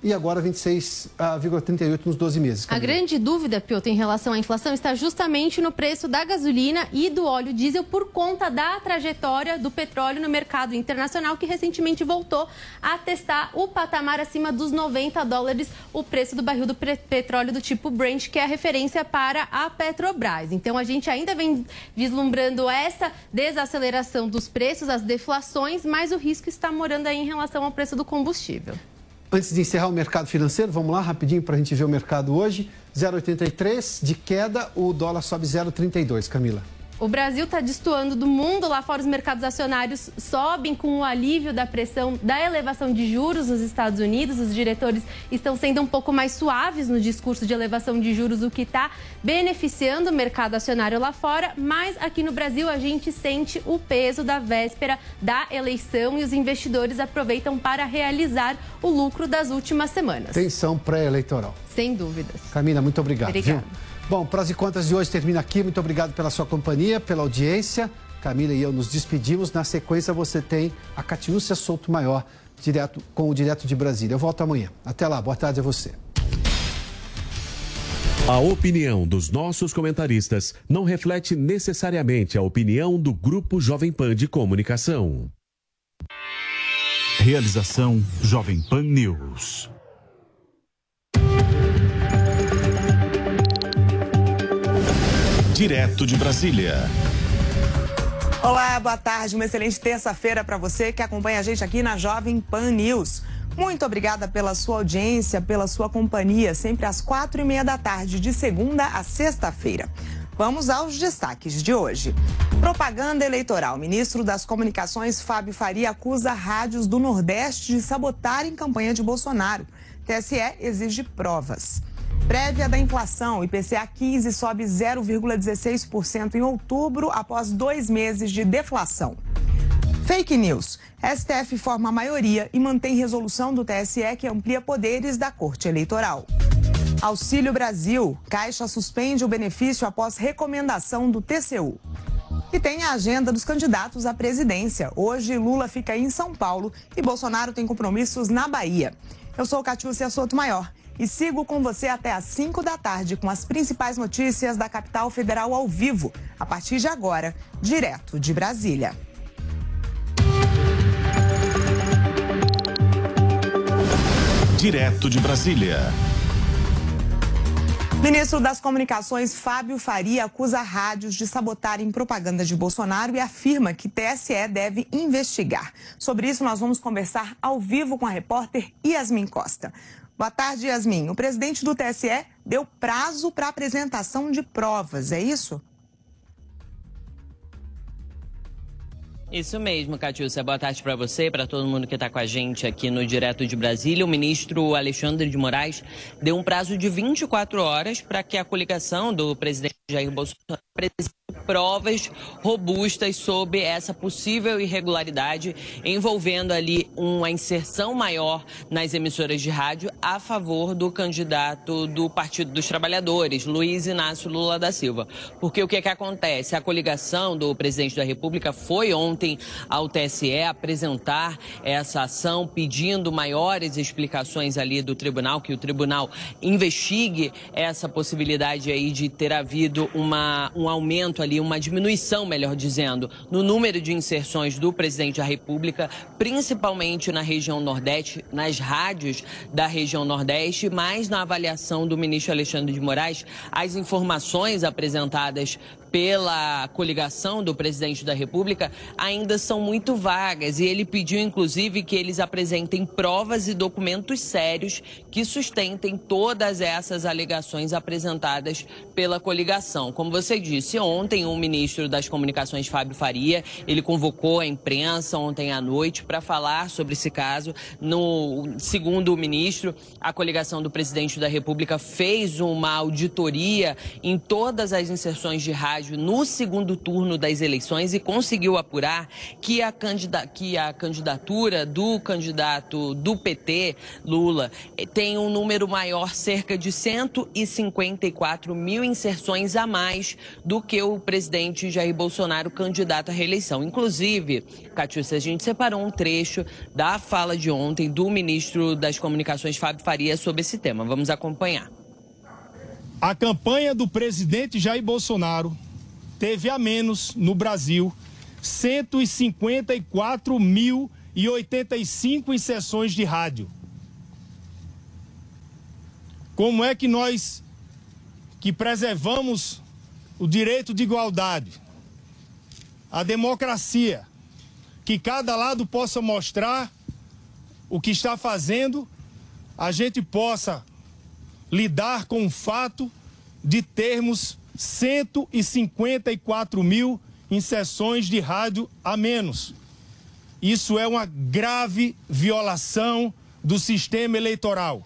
e agora vinte e seis vírgula trinta e oito nos doze meses. A grande dúvida, Piotr, em relação à inflação está justamente no preço da gasolina e do óleo diesel por conta da trajetória do petróleo no mercado internacional, que recentemente voltou a testar o patamar acima dos noventa dólares, o preço do barril do petróleo do tipo Brent, que é a referência para a Petrobras. Então, a gente ainda vem vislumbrando essa desaceleração dos preços, as deflações, mas o risco está morando aí em relação ao preço do combustível. Antes de encerrar o mercado financeiro, vamos lá rapidinho para a gente ver o mercado hoje. zero vírgula oitenta e três de queda, o dólar sobe zero vírgula trinta e dois, Camila. O Brasil está destoando do mundo. Lá fora, os mercados acionários sobem com o alívio da pressão da elevação de juros nos Estados Unidos. Os diretores estão sendo um pouco mais suaves no discurso de elevação de juros, o que está beneficiando o mercado acionário lá fora. Mas aqui no Brasil, a gente sente o peso da véspera da eleição e os investidores aproveitam para realizar o lucro das últimas semanas. Tensão pré-eleitoral. Sem dúvidas. Camila, muito obrigado. Obrigada. Viu? Bom, Prós e Contras de hoje termina aqui. Muito obrigado pela sua companhia, pela audiência. Camila e eu nos despedimos. Na sequência, você tem a Catiúcia Souto Maior, direto, com o Direto de Brasília. Eu volto amanhã. Até lá. Boa tarde a você. A opinião dos nossos comentaristas não reflete necessariamente a opinião do Grupo Jovem Pan de Comunicação. Realização Jovem Pan News. Direto de Brasília. Olá, boa tarde. Uma excelente terça-feira para você que acompanha a gente aqui na Jovem Pan News. Muito obrigada pela sua audiência, pela sua companhia, sempre às quatro e meia da tarde, de segunda a sexta-feira. Vamos aos destaques de hoje. Propaganda eleitoral. Ministro das Comunicações, Fábio Faria, acusa rádios do Nordeste de sabotarem campanha de Bolsonaro. T S E exige provas. Prévia da inflação, I P C A quinze sobe zero vírgula dezesseis por cento em outubro, após dois meses de deflação. Fake news. S T F forma a maioria e mantém resolução do T S E que amplia poderes da Corte Eleitoral. Auxílio Brasil. Caixa suspende o benefício após recomendação do T C U. E tem a agenda dos candidatos à presidência. Hoje, Lula fica em São Paulo e Bolsonaro tem compromissos na Bahia. Eu sou Catiúcia Souto Maior e sigo com você até às cinco da tarde com as principais notícias da capital federal ao vivo, a partir de agora, direto de Brasília. Direto de Brasília. Ministro das Comunicações, Fábio Faria, acusa rádios de sabotarem propaganda de Bolsonaro e afirma que T S E deve investigar. Sobre isso, nós vamos conversar ao vivo com a repórter Yasmin Costa. Boa tarde, Yasmin. O presidente do T S E deu prazo para apresentação de provas, é isso? Isso mesmo, Catiúcia. Boa tarde para você, para todo mundo que está com a gente aqui no Direto de Brasília. O ministro Alexandre de Moraes deu um prazo de vinte e quatro horas para que a coligação do presidente Jair Bolsonaro apresente provas robustas sobre essa possível irregularidade envolvendo ali uma inserção maior nas emissoras de rádio a favor do candidato do Partido dos Trabalhadores, Luiz Inácio Lula da Silva. Porque o que que acontece? A coligação do presidente da República foi ontem ao T S E apresentar essa ação pedindo maiores explicações ali do tribunal, que o tribunal investigue essa possibilidade aí de ter havido uma, um aumento ali, uma diminuição, melhor dizendo, no número de inserções do presidente da República, principalmente na região Nordeste, nas rádios da região Nordeste, mas na avaliação do ministro Alexandre de Moraes, as informações apresentadas pela coligação do presidente da República ainda são muito vagas e ele pediu, inclusive, que eles apresentem provas e documentos sérios que sustentem todas essas alegações apresentadas pela coligação. Como você disse, ontem o ministro das Comunicações, Fábio Faria, ele convocou a imprensa ontem à noite para falar sobre esse caso. No, segundo o ministro, a coligação do presidente da República fez uma auditoria em todas as inserções de rádio no segundo turno das eleições e conseguiu apurar que a, candida- que a candidatura do candidato do P T, Lula, tem um número maior, cerca de cento e cinquenta e quatro mil inserções a mais do que o o presidente Jair Bolsonaro candidato à reeleição. Inclusive, Catiúcia, a gente separou um trecho da fala de ontem do ministro das Comunicações, Fábio Faria, sobre esse tema. Vamos acompanhar. A campanha do presidente Jair Bolsonaro teve a menos, no Brasil, cento e cinquenta e quatro mil e oitenta e cinco inserções de rádio. Como é que nós, que preservamos o direito de igualdade, a democracia, que cada lado possa mostrar o que está fazendo, a gente possa lidar com o fato de termos cento e cinquenta e quatro mil inserções de rádio a menos. Isso é uma grave violação do sistema eleitoral.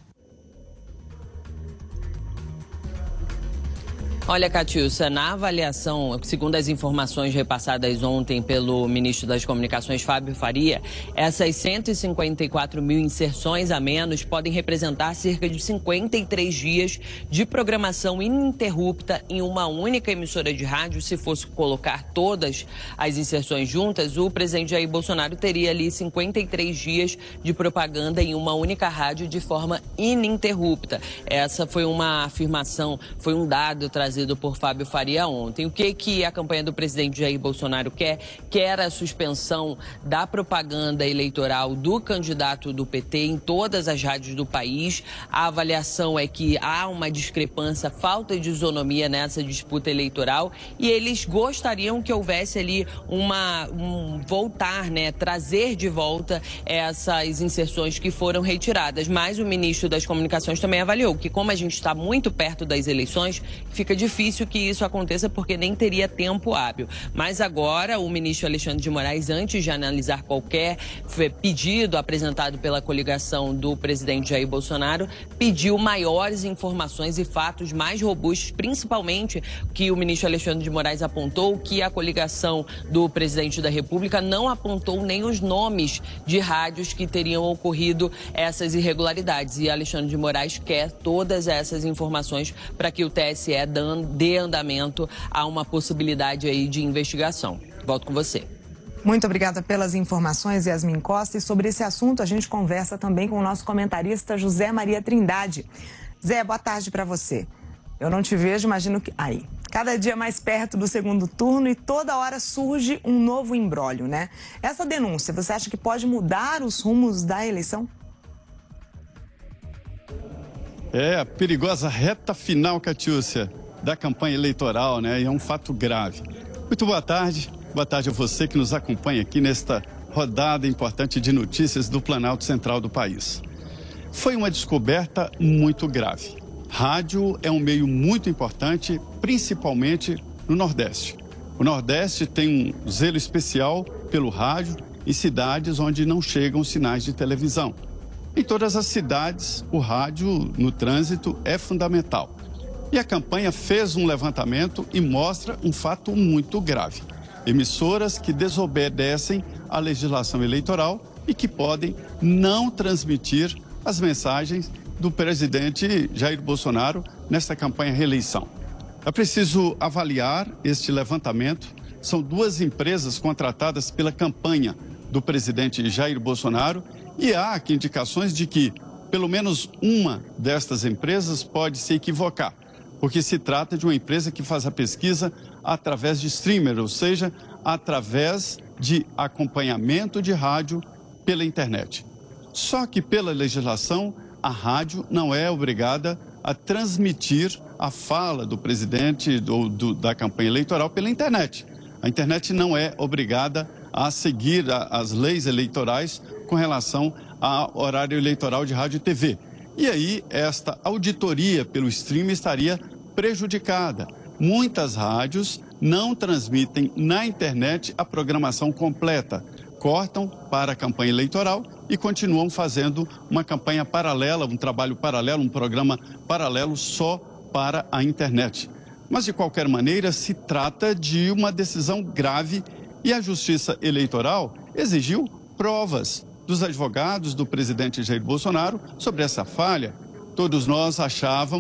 Olha, Catiúcia, na avaliação, segundo as informações repassadas ontem pelo ministro das Comunicações, Fábio Faria, essas cento e cinquenta e quatro mil inserções a menos podem representar cerca de cinquenta e três dias de programação ininterrupta em uma única emissora de rádio. Se fosse colocar todas as inserções juntas, o presidente Jair Bolsonaro teria ali cinquenta e três dias de propaganda em uma única rádio de forma ininterrupta. Essa foi uma afirmação, foi um dado trazido por Fábio Faria ontem. O que que a campanha do presidente Jair Bolsonaro quer? Quer a suspensão da propaganda eleitoral do candidato do P T em todas as rádios do país. A avaliação é que há uma discrepância, falta de isonomia nessa disputa eleitoral e eles gostariam que houvesse ali uma, um voltar, né, trazer de volta essas inserções que foram retiradas. Mas o ministro das Comunicações também avaliou que, como a gente está muito perto das eleições, fica difícil difícil que isso aconteça porque nem teria tempo hábil. Mas agora o ministro Alexandre de Moraes, antes de analisar qualquer pedido apresentado pela coligação do presidente Jair Bolsonaro, pediu maiores informações e fatos mais robustos, principalmente que o ministro Alexandre de Moraes apontou que a coligação do presidente da República não apontou nem os nomes de rádios que teriam ocorrido essas irregularidades. E Alexandre de Moraes quer todas essas informações para que o T S E dê andamento a uma possibilidade aí de investigação. Volto com você. Muito obrigada pelas informações, Yasmin Costa. E sobre esse assunto a gente conversa também com o nosso comentarista José Maria Trindade. Zé, boa tarde para você. Eu não te vejo, imagino que... Aí, cada dia mais perto do segundo turno e toda hora surge um novo imbróglio, né? Essa denúncia, você acha que pode mudar os rumos da eleição? É a perigosa reta final, Catiúcia, da campanha eleitoral, né? E é um fato grave. Muito boa tarde. Boa tarde a você que nos acompanha aqui nesta rodada importante de notícias do Planalto Central do país. Foi uma descoberta muito grave. Rádio é um meio muito importante, principalmente no Nordeste. O Nordeste tem um zelo especial pelo rádio em cidades onde não chegam sinais de televisão. Em todas as cidades, o rádio no trânsito é fundamental. E a campanha fez um levantamento e mostra um fato muito grave. Emissoras que desobedecem à legislação eleitoral e que podem não transmitir as mensagens do presidente Jair Bolsonaro nesta campanha reeleição. É preciso avaliar este levantamento. São duas empresas contratadas pela campanha do presidente Jair Bolsonaro e há aqui indicações de que pelo menos uma destas empresas pode se equivocar, porque se trata de uma empresa que faz a pesquisa através de streamer, ou seja, através de acompanhamento de rádio pela internet. Só que pela legislação, a rádio não é obrigada a transmitir a fala do presidente ou do, da campanha eleitoral pela internet. A internet não é obrigada a seguir a, as leis eleitorais com relação ao horário eleitoral de rádio e T V. E aí, esta auditoria pelo streaming estaria prejudicada. Muitas rádios não transmitem na internet a programação completa. Cortam para a campanha eleitoral e continuam fazendo uma campanha paralela, um trabalho paralelo, um programa paralelo só para a internet. Mas, de qualquer maneira, se trata de uma decisão grave e a Justiça Eleitoral exigiu provas dos advogados do presidente Jair Bolsonaro sobre essa falha. Todos nós achávamos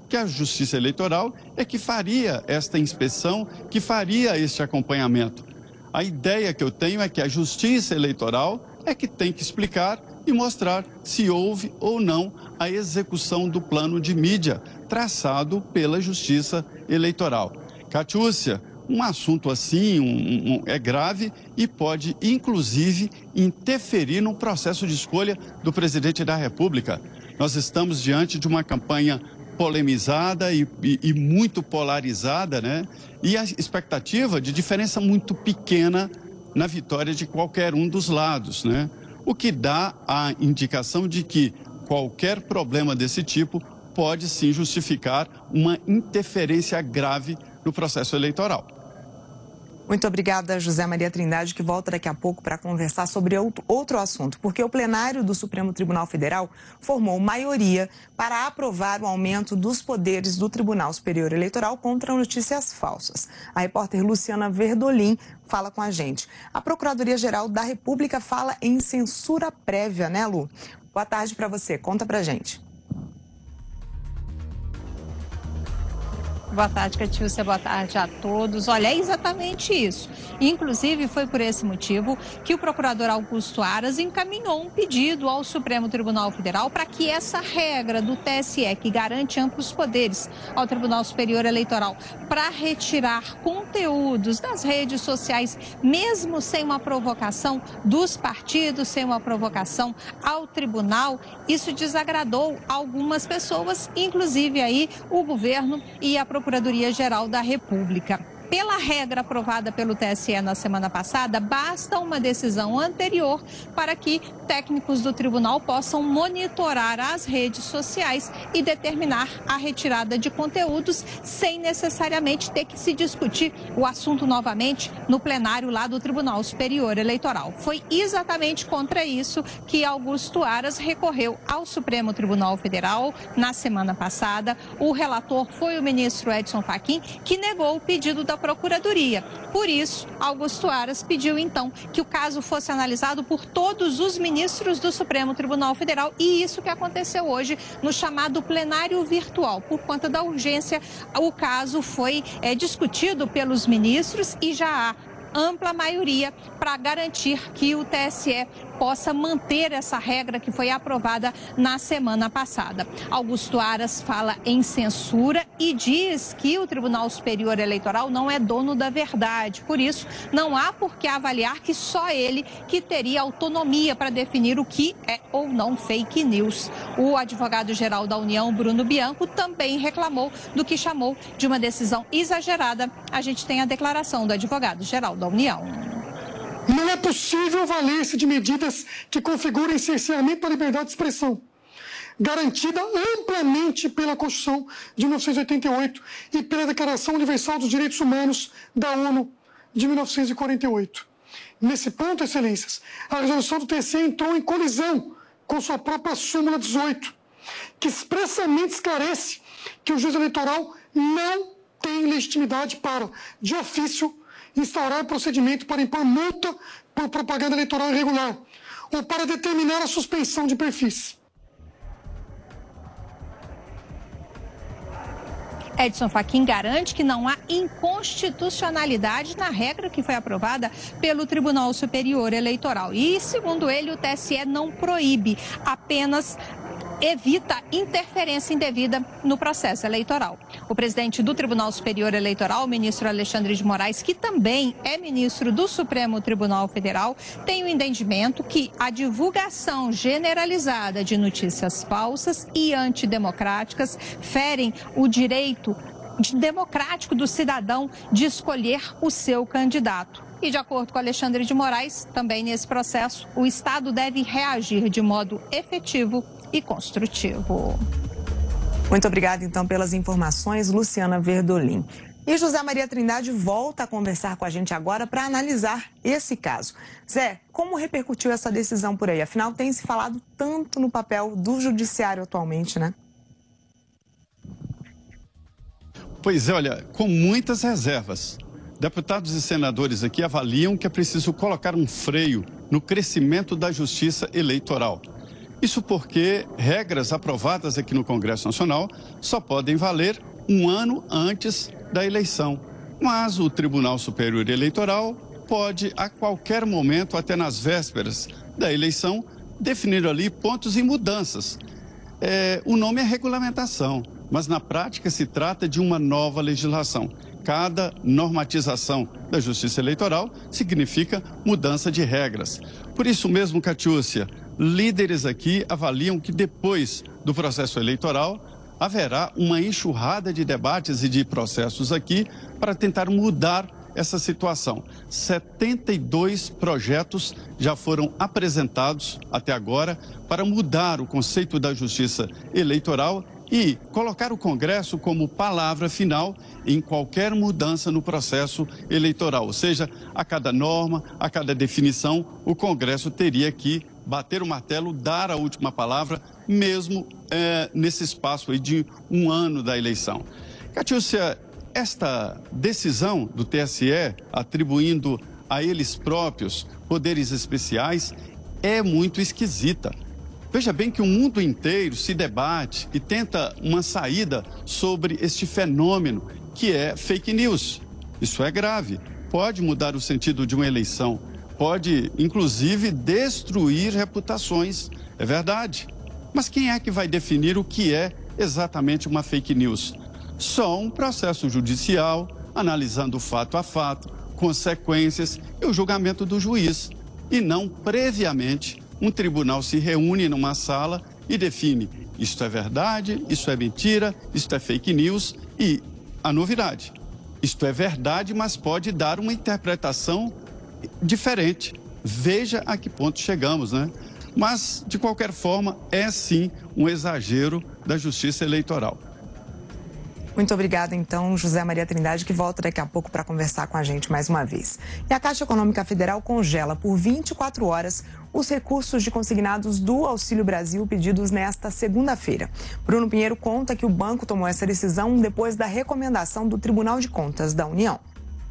que a Justiça Eleitoral é que faria esta inspeção, que faria este acompanhamento. A ideia que eu tenho é que a Justiça Eleitoral é que tem que explicar e mostrar se houve ou não a execução do plano de mídia traçado pela Justiça Eleitoral. Catiúcia, um assunto assim um, um, é grave e pode, inclusive, interferir no processo de escolha do presidente da República. Nós estamos diante de uma campanha polemizada e, e, e muito polarizada, né? E a expectativa de diferença muito pequena na vitória de qualquer um dos lados, né? O que dá a indicação de que qualquer problema desse tipo pode sim justificar uma interferência grave no processo eleitoral. Muito obrigada, José Maria Trindade, que volta daqui a pouco para conversar sobre outro assunto, porque o plenário do Supremo Tribunal Federal formou maioria para aprovar o aumento dos poderes do Tribunal Superior Eleitoral contra notícias falsas. A repórter Luciana Verdolim fala com a gente. A Procuradoria-Geral da República fala em censura prévia, né, Lu? Boa tarde para você, conta pra gente. Boa tarde, Catiúcia. Boa tarde a todos. Olha, é exatamente isso. Inclusive, foi por esse motivo que o procurador Augusto Aras encaminhou um pedido ao Supremo Tribunal Federal para que essa regra do T S E, que garante amplos poderes ao Tribunal Superior Eleitoral, para retirar conteúdos das redes sociais, mesmo sem uma provocação dos partidos, sem uma provocação ao tribunal, isso desagradou algumas pessoas, inclusive aí o governo e a Procuradoria-Geral da República. Pela regra aprovada pelo T S E na semana passada, basta uma decisão anterior para que técnicos do tribunal possam monitorar as redes sociais e determinar a retirada de conteúdos sem necessariamente ter que se discutir o assunto novamente no plenário lá do Tribunal Superior Eleitoral. Foi exatamente contra isso que Augusto Aras recorreu ao Supremo Tribunal Federal na semana passada. O relator foi o ministro Edson Fachin, que negou o pedido da Procuradoria. Por isso, Augusto Aras pediu então que o caso fosse analisado por todos os ministros do Supremo Tribunal Federal, e isso que aconteceu hoje no chamado plenário virtual. Por conta da urgência, o caso foi é, discutido pelos ministros e já há ampla maioria para garantir que o T S E possa manter essa regra que foi aprovada na semana passada. Augusto Aras fala em censura e diz que o Tribunal Superior Eleitoral não é dono da verdade. Por isso, não há por que avaliar que só ele que teria autonomia para definir o que é ou não fake news. O advogado-geral da União, Bruno Bianco, também reclamou do que chamou de uma decisão exagerada. A gente tem a declaração do advogado-geral da União. Não é possível valer-se de medidas que configurem cerceamento da liberdade de expressão, garantida amplamente pela Constituição de mil novecentos e oitenta e oito e pela Declaração Universal dos Direitos Humanos da ONU de mil novecentos e quarenta e oito. Nesse ponto, excelências, a resolução do T C E entrou em colisão com sua própria súmula dezoito, que expressamente esclarece que o juiz eleitoral não tem legitimidade para, de ofício, instaurar procedimento para impor multa por propaganda eleitoral irregular ou para determinar a suspensão de perfis. Edson Fachin garante que não há inconstitucionalidade na regra que foi aprovada pelo Tribunal Superior Eleitoral. E, segundo ele, o T S E não proíbe, apenas evita interferência indevida no processo eleitoral. O presidente do Tribunal Superior Eleitoral, o ministro Alexandre de Moraes, que também é ministro do Supremo Tribunal Federal, tem o entendimento que a divulgação generalizada de notícias falsas e antidemocráticas ferem o direito democrático do cidadão de escolher o seu candidato. E, de acordo com Alexandre de Moraes, também nesse processo, o Estado deve reagir de modo efetivo e construtivo. Muito obrigada, então, pelas informações, Luciana Verdolim. E José Maria Trindade volta a conversar com a gente agora para analisar esse caso. Zé, como repercutiu essa decisão por aí? Afinal, tem se falado tanto no papel do judiciário atualmente, né? Pois é, olha, com muitas reservas. Deputados e senadores aqui avaliam que é preciso colocar um freio no crescimento da justiça eleitoral. Isso porque regras aprovadas aqui no Congresso Nacional só podem valer um ano antes da eleição. Mas o Tribunal Superior Eleitoral pode, a qualquer momento, até nas vésperas da eleição, definir ali pontos e mudanças. É, o nome é regulamentação, mas na prática se trata de uma nova legislação. Cada normatização da Justiça Eleitoral significa mudança de regras. Por isso mesmo, Catiúcia, líderes aqui avaliam que depois do processo eleitoral haverá uma enxurrada de debates e de processos aqui para tentar mudar essa situação. setenta e dois projetos já foram apresentados até agora para mudar o conceito da Justiça Eleitoral e colocar o Congresso como palavra final em qualquer mudança no processo eleitoral. Ou seja, a cada norma, a cada definição, o Congresso teria que bater o martelo, dar a última palavra, mesmo é, nesse espaço aí de um ano da eleição. Catiúcia, esta decisão do T S E, atribuindo a eles próprios poderes especiais, é muito esquisita. Veja bem que o mundo inteiro se debate e tenta uma saída sobre este fenômeno que é fake news. Isso é grave, pode mudar o sentido de uma eleição, pode inclusive destruir reputações, é verdade. Mas quem é que vai definir o que é exatamente uma fake news? Só um processo judicial, analisando fato a fato, consequências e o julgamento do juiz, e não previamente um tribunal se reúne numa sala e define isto é verdade, isso é mentira, isto é fake news e a novidade. Isto é verdade, mas pode dar uma interpretação diferente. Veja a que ponto chegamos, né? Mas, de qualquer forma, é sim um exagero da Justiça Eleitoral. Muito obrigada, então, José Maria Trindade, que volta daqui a pouco para conversar com a gente mais uma vez. E a Caixa Econômica Federal congela por vinte e quatro horas os recursos de consignados do Auxílio Brasil pedidos nesta segunda-feira. Bruno Pinheiro conta que o banco tomou essa decisão depois da recomendação do Tribunal de Contas da União.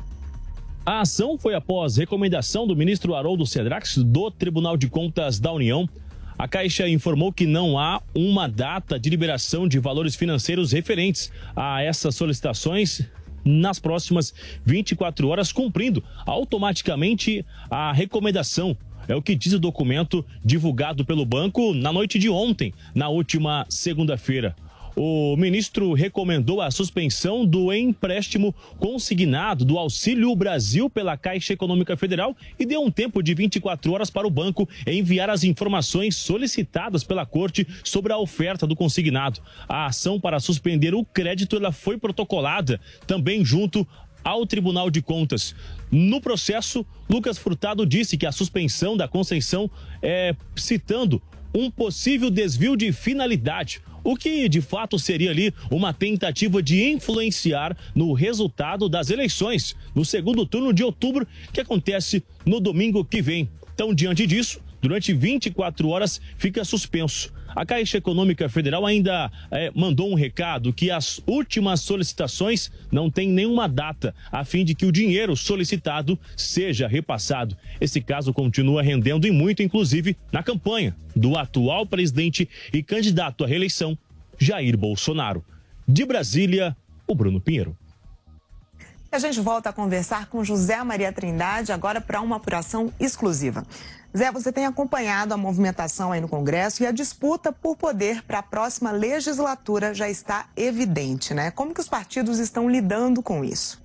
A ação foi após recomendação do ministro Haroldo Cedrax do Tribunal de Contas da União. A Caixa informou que não há uma data de liberação de valores financeiros referentes a essas solicitações nas próximas vinte e quatro horas, cumprindo automaticamente a recomendação. É o que diz o documento divulgado pelo banco na noite de ontem, na última segunda-feira. O ministro recomendou a suspensão do empréstimo consignado do Auxílio Brasil pela Caixa Econômica Federal e deu um tempo de vinte e quatro horas para o banco enviar as informações solicitadas pela Corte sobre a oferta do consignado. A ação para suspender o crédito ela foi protocolada também junto ao Tribunal de Contas. No processo, Lucas Furtado disse que a suspensão da concessão é citando um possível desvio de finalidade, o que de fato seria ali uma tentativa de influenciar no resultado das eleições no segundo turno de outubro, que acontece no domingo que vem. Então, diante disso, durante vinte e quatro horas fica suspenso. A Caixa Econômica Federal ainda é, mandou um recado que as últimas solicitações não têm nenhuma data, a fim de que o dinheiro solicitado seja repassado. Esse caso continua rendendo e muito, inclusive, na campanha do atual presidente e candidato à reeleição, Jair Bolsonaro. De Brasília, o Bruno Pinheiro. A gente volta a conversar com José Maria Trindade agora para uma apuração exclusiva. Zé, você tem acompanhado a movimentação aí no Congresso e a disputa por poder para a próxima legislatura já está evidente, né? Como que os partidos estão lidando com isso?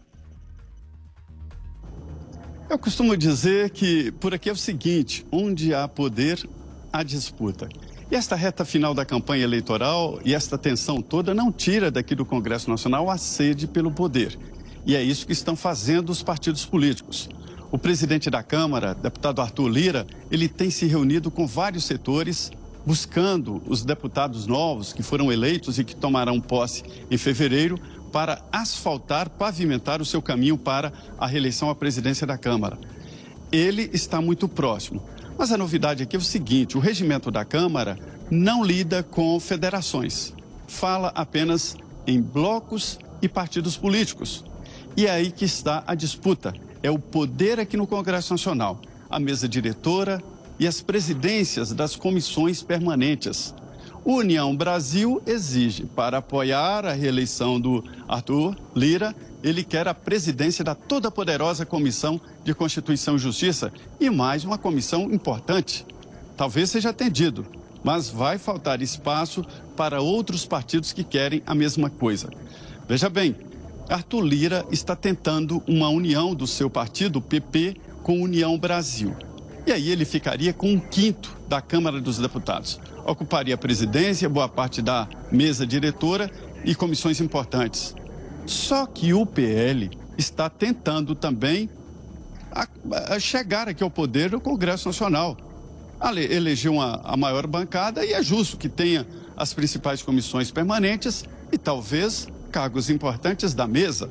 Eu costumo dizer que por aqui é o seguinte, onde há poder, há disputa. E esta reta final da campanha eleitoral e esta tensão toda não tira daqui do Congresso Nacional a sede pelo poder. E é isso que estão fazendo os partidos políticos. O presidente da Câmara, deputado Arthur Lira, ele tem se reunido com vários setores, buscando os deputados novos que foram eleitos e que tomarão posse em fevereiro para asfaltar, pavimentar o seu caminho para a reeleição à presidência da Câmara. Ele está muito próximo. Mas a novidade aqui é o seguinte, o regimento da Câmara não lida com federações, fala apenas em blocos e partidos políticos. E é aí que está a disputa. É o poder aqui no Congresso Nacional. A mesa diretora e as presidências das comissões permanentes. União Brasil exige, para apoiar a reeleição do Arthur Lira, ele quer a presidência da toda poderosa Comissão de Constituição e Justiça e mais uma comissão importante. Talvez seja atendido, mas vai faltar espaço para outros partidos que querem a mesma coisa. Veja bem, Arthur Lira está tentando uma união do seu partido, P P, com União Brasil. E aí ele ficaria com um quinto da Câmara dos Deputados. Ocuparia a presidência, boa parte da mesa diretora e comissões importantes. Só que o P L está tentando também a, a chegar aqui ao poder do Congresso Nacional. Elegeu uma, a maior bancada e é justo que tenha as principais comissões permanentes e talvez cargos importantes da mesa.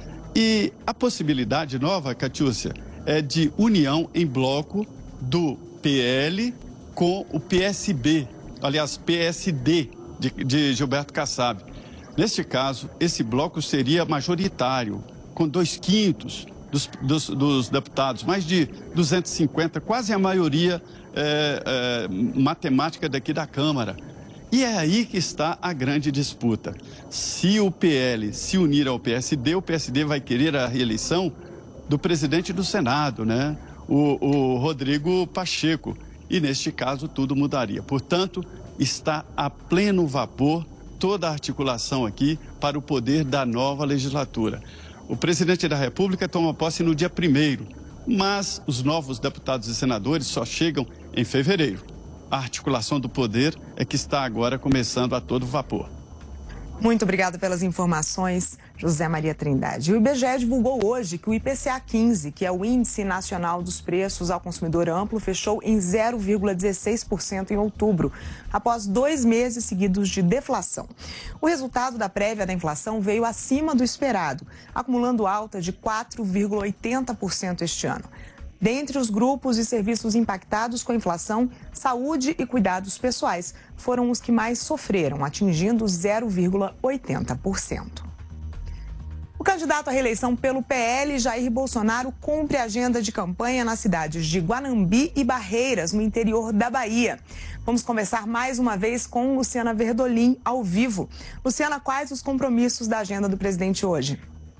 E a possibilidade nova, Catiúcia, é de união em bloco do P L com o P S B, aliás, P S D, de, de Gilberto Kassab. Neste caso, esse bloco seria majoritário, com dois quintos dos, dos, dos deputados, mais de duzentos e cinquenta, quase a maioria é, é, matemática daqui da Câmara. E é aí que está a grande disputa. Se o P L se unir ao P S D, o P S D vai querer a reeleição do presidente do Senado, né? O, o Rodrigo Pacheco. E neste caso tudo mudaria. Portanto, está a pleno vapor toda a articulação aqui para o poder da nova legislatura. O presidente da República toma posse no dia primeiro, mas os novos deputados e senadores só chegam em fevereiro. A articulação do poder é que está agora começando a todo vapor. Muito obrigada pelas informações, José Maria Trindade. O I B G E divulgou hoje que o I P C A quinze, que é o Índice Nacional dos Preços ao Consumidor Amplo, fechou em zero vírgula dezesseis por cento em outubro, após dois meses seguidos de deflação. O resultado da prévia da inflação veio acima do esperado, acumulando alta de quatro vírgula oitenta por cento este ano. Dentre os grupos e serviços impactados com a inflação, saúde e cuidados pessoais foram os que mais sofreram, atingindo zero vírgula oitenta por cento. O candidato à reeleição pelo P L, Jair Bolsonaro, cumpre a agenda de campanha nas cidades de Guanambi e Barreiras, no interior da Bahia. Vamos conversar mais uma vez com Luciana Verdolim, ao vivo. Luciana, quais os compromissos da agenda do presidente hoje?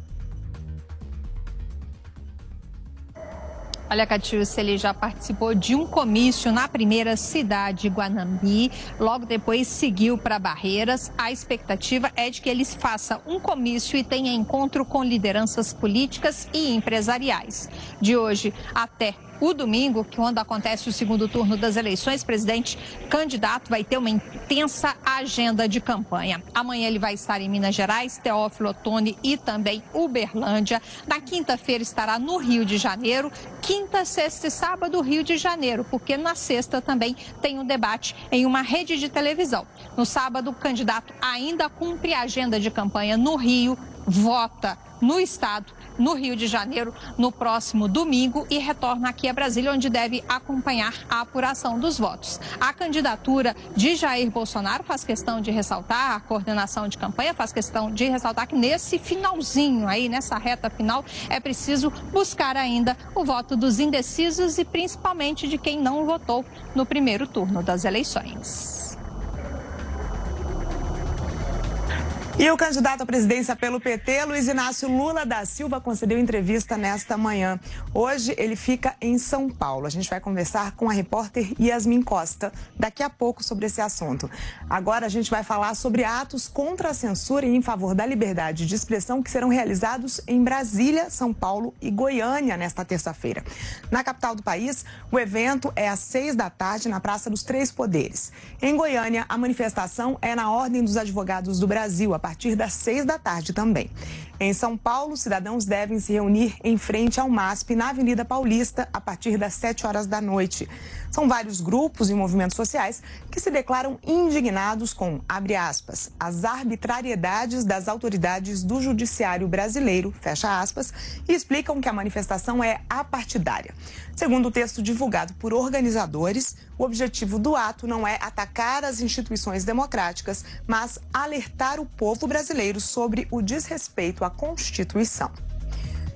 Olha, Catiúcia, ele já participou de um comício na primeira cidade, Guanambi. Logo depois seguiu para Barreiras. A expectativa é de que ele faça um comício e tenha encontro com lideranças políticas e empresariais. De hoje até o domingo, quando acontece o segundo turno das eleições, presidente candidato vai ter uma intensa agenda de campanha. Amanhã ele vai estar em Minas Gerais, Teófilo Otoni e também Uberlândia. Na quinta-feira estará no Rio de Janeiro. Quinta, sexta e sábado, Rio de Janeiro, porque na sexta também tem um debate em uma rede de televisão. No sábado, o candidato ainda cumpre a agenda de campanha no Rio, vota no estado, no Rio de Janeiro, no próximo domingo e retorna aqui a Brasília, onde deve acompanhar a apuração dos votos. A candidatura de Jair Bolsonaro faz questão de ressaltar, a coordenação de campanha faz questão de ressaltar que nesse finalzinho aí, nessa reta final, é preciso buscar ainda o voto dos indecisos e principalmente de quem não votou no primeiro turno das eleições. E o candidato à presidência pelo P T, Luiz Inácio Lula da Silva, concedeu entrevista nesta manhã. Hoje ele fica em São Paulo. A gente vai conversar com a repórter Yasmin Costa daqui a pouco sobre esse assunto. Agora a gente vai falar sobre atos contra a censura e em favor da liberdade de expressão que serão realizados em Brasília, São Paulo e Goiânia nesta terça-feira. Na capital do país, o evento é às seis da tarde na Praça dos Três Poderes. Em Goiânia, a manifestação é na Ordem dos Advogados do Brasil, a partir das seis da tarde também. Em São Paulo, cidadãos devem se reunir em frente ao MASP, na Avenida Paulista, a partir das sete horas da noite. São vários grupos e movimentos sociais que se declaram indignados com, abre aspas, as arbitrariedades das autoridades do judiciário brasileiro, fecha aspas, e explicam que a manifestação é apartidária. Segundo o texto divulgado por organizadores, o objetivo do ato não é atacar as instituições democráticas, mas alertar o povo brasileiro sobre o desrespeito à Constituição.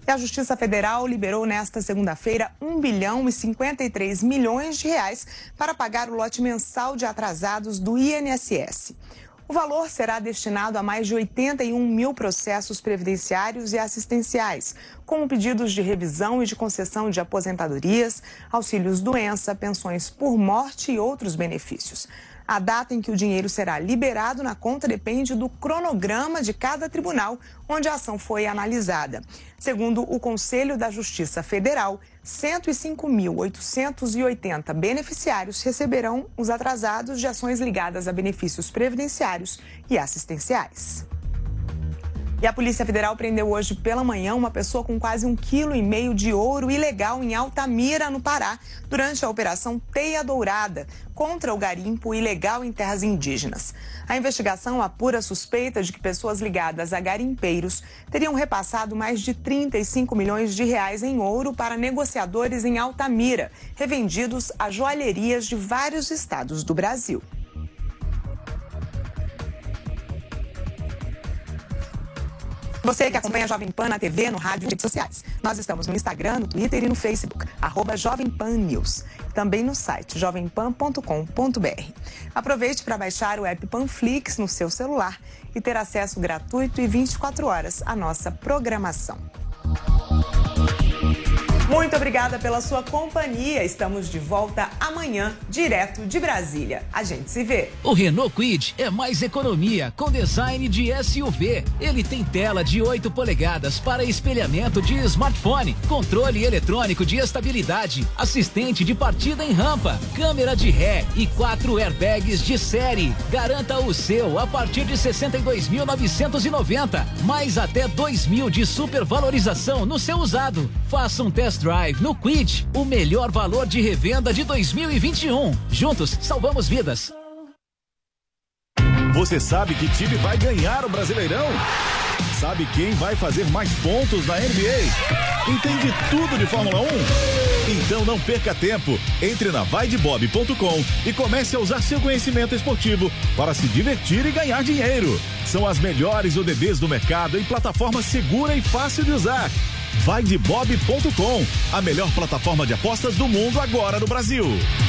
E a Justiça Federal liberou nesta segunda-feira um bilhão e cinquenta e três milhões de reais para pagar o lote mensal de atrasados do I N S S. O valor será destinado a mais de oitenta e um mil processos previdenciários e assistenciais, como pedidos de revisão e de concessão de aposentadorias, auxílios-doença, pensões por morte e outros benefícios. A data em que o dinheiro será liberado na conta depende do cronograma de cada tribunal onde a ação foi analisada. Segundo o Conselho da Justiça Federal, cento e cinco mil oitocentos e oitenta beneficiários receberão os atrasados de ações ligadas a benefícios previdenciários e assistenciais. E a Polícia Federal prendeu hoje pela manhã uma pessoa com quase um quilo e meio de ouro ilegal em Altamira, no Pará, durante a Operação Teia Dourada, contra o garimpo ilegal em terras indígenas. A investigação apura a suspeita de que pessoas ligadas a garimpeiros teriam repassado mais de trinta e cinco milhões de reais em ouro para negociadores em Altamira, revendidos a joalherias de vários estados do Brasil. Você que acompanha a Jovem Pan na T V, no rádio e redes sociais. Nós estamos no Instagram, no Twitter e no Facebook, arroba Jovem Pan News. Também no site jovem pan ponto com ponto b r. Aproveite para baixar o app Panflix no seu celular e ter acesso gratuito e vinte e quatro horas à nossa programação. Muito obrigada pela sua companhia. Estamos de volta amanhã, direto de Brasília. A gente se vê. O Renault Kwid é mais economia com design de S U V. Ele tem tela de oito polegadas para espelhamento de smartphone, controle eletrônico de estabilidade, assistente de partida em rampa, câmera de ré e quatro airbags de série. Garanta o seu a partir de sessenta e dois mil novecentos e noventa, mais até dois mil de supervalorização no seu usado. Faça um test drive no Kwid, o melhor valor de revenda de dois mil e vinte e um. Juntos, salvamos vidas. Você sabe que time vai ganhar o Brasileirão? Sabe quem vai fazer mais pontos na N B A? Entende tudo de Fórmula um? Então não perca tempo. Entre na vai de bob ponto com e comece a usar seu conhecimento esportivo para se divertir e ganhar dinheiro. São as melhores O D Bs do mercado em plataforma segura e fácil de usar. vai de bob ponto com, a melhor plataforma de apostas do mundo agora no Brasil.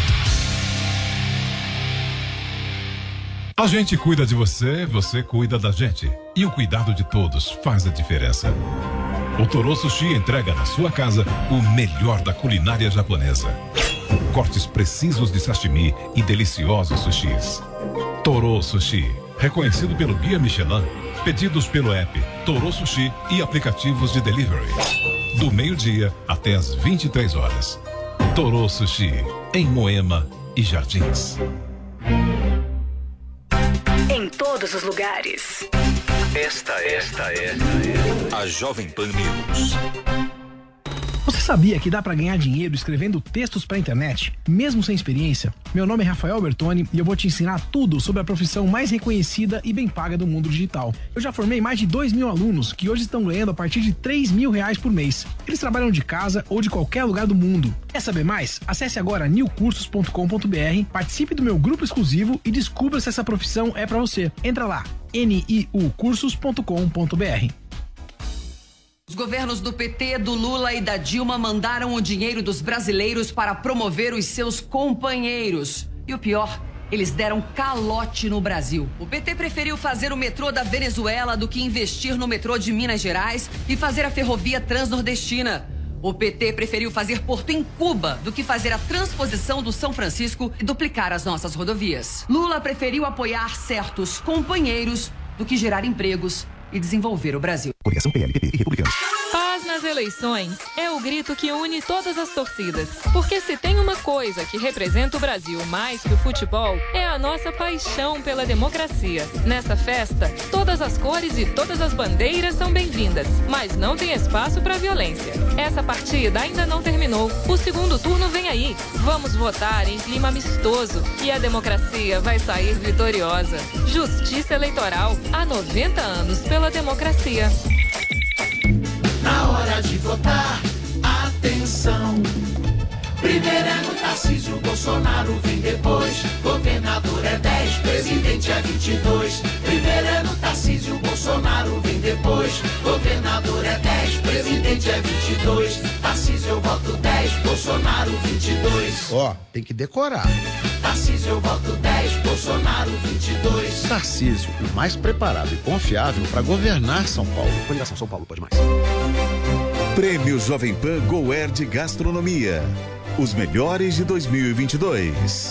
A gente cuida de você, você cuida da gente. E o cuidado de todos faz a diferença. O Toro Sushi entrega na sua casa o melhor da culinária japonesa. Cortes precisos de sashimi e deliciosos sushis. Toro Sushi, reconhecido pelo Guia Michelin. Pedidos pelo app Toro Sushi e aplicativos de delivery. Do meio-dia até as vinte e três horas. Toro Sushi, em Moema e Jardins. Em todos os lugares. Esta, esta é a Jovem Pan News. Você sabia que dá para ganhar dinheiro escrevendo textos para internet, mesmo sem experiência? Meu nome é Rafael Bertoni e eu vou te ensinar tudo sobre a profissão mais reconhecida e bem paga do mundo digital. Eu já formei mais de dois mil alunos que hoje estão ganhando a partir de três mil reais por mês. Eles trabalham de casa ou de qualquer lugar do mundo. Quer saber mais? Acesse agora new cursos ponto com ponto b r, participe do meu grupo exclusivo e descubra se essa profissão é para você. Entra lá, niu cursos ponto com ponto b r. Os governos do P T, do Lula e da Dilma mandaram o dinheiro dos brasileiros para promover os seus companheiros. E o pior, eles deram calote no Brasil. O P T preferiu fazer o metrô da Venezuela do que investir no metrô de Minas Gerais e fazer a ferrovia transnordestina. O P T preferiu fazer porto em Cuba do que fazer a transposição do São Francisco e duplicar as nossas rodovias. Lula preferiu apoiar certos companheiros do que gerar empregos e desenvolver o Brasil. Coligação P L, P P e Republicanos. Paz nas eleições é o grito que une todas as torcidas. Porque se tem uma coisa que representa o Brasil mais que o futebol, é a nossa paixão pela democracia. Nessa festa, todas as cores e todas as bandeiras são bem-vindas, mas não tem espaço para violência. Essa partida ainda não terminou. O segundo turno vem aí. Vamos votar em clima amistoso e a democracia vai sair vitoriosa. Justiça Eleitoral, há noventa anos pela democracia. Na hora de votar, atenção. Primeiro é no Tarcísio, Bolsonaro vem depois. Governador é dez, presidente é vinte e dois. Primeiro é no Tarcísio, Bolsonaro vem depois. Governador é dez, presidente vinte é vinte e dois. Tarcísio eu voto dez, Bolsonaro vinte e dois. Ó, tem que decorar. Tarcísio eu voto dez, Bolsonaro vinte e dois. Tarcísio, o mais preparado e confiável para governar São Paulo. Coligação São Paulo pode mais. Prêmio Jovem Pan Goer de Gastronomia. Os melhores de dois mil e vinte e dois.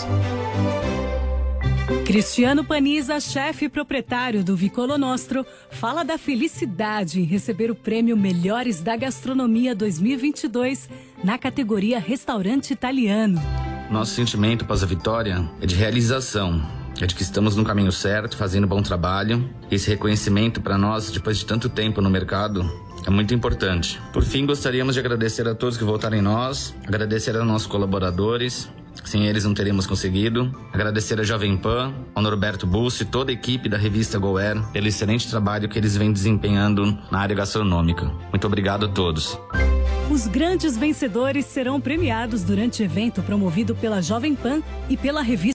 Cristiano Paniza, chefe e proprietário do Vicolo Nostro, fala da felicidade em receber o prêmio Melhores da Gastronomia dois mil e vinte e dois na categoria Restaurante Italiano. Nosso sentimento após a vitória é de realização, é de que estamos no caminho certo, fazendo bom trabalho. Esse reconhecimento para nós, depois de tanto tempo no mercado, é muito importante. Por fim, gostaríamos de agradecer a todos que votaram em nós, agradecer aos nossos colaboradores. Sem eles não teríamos conseguido. Agradecer a Jovem Pan, ao Norberto Bussi e toda a equipe da revista Goer pelo excelente trabalho que eles vêm desempenhando na área gastronômica. Muito obrigado a todos. Os grandes vencedores serão premiados durante evento promovido pela Jovem Pan e pela revista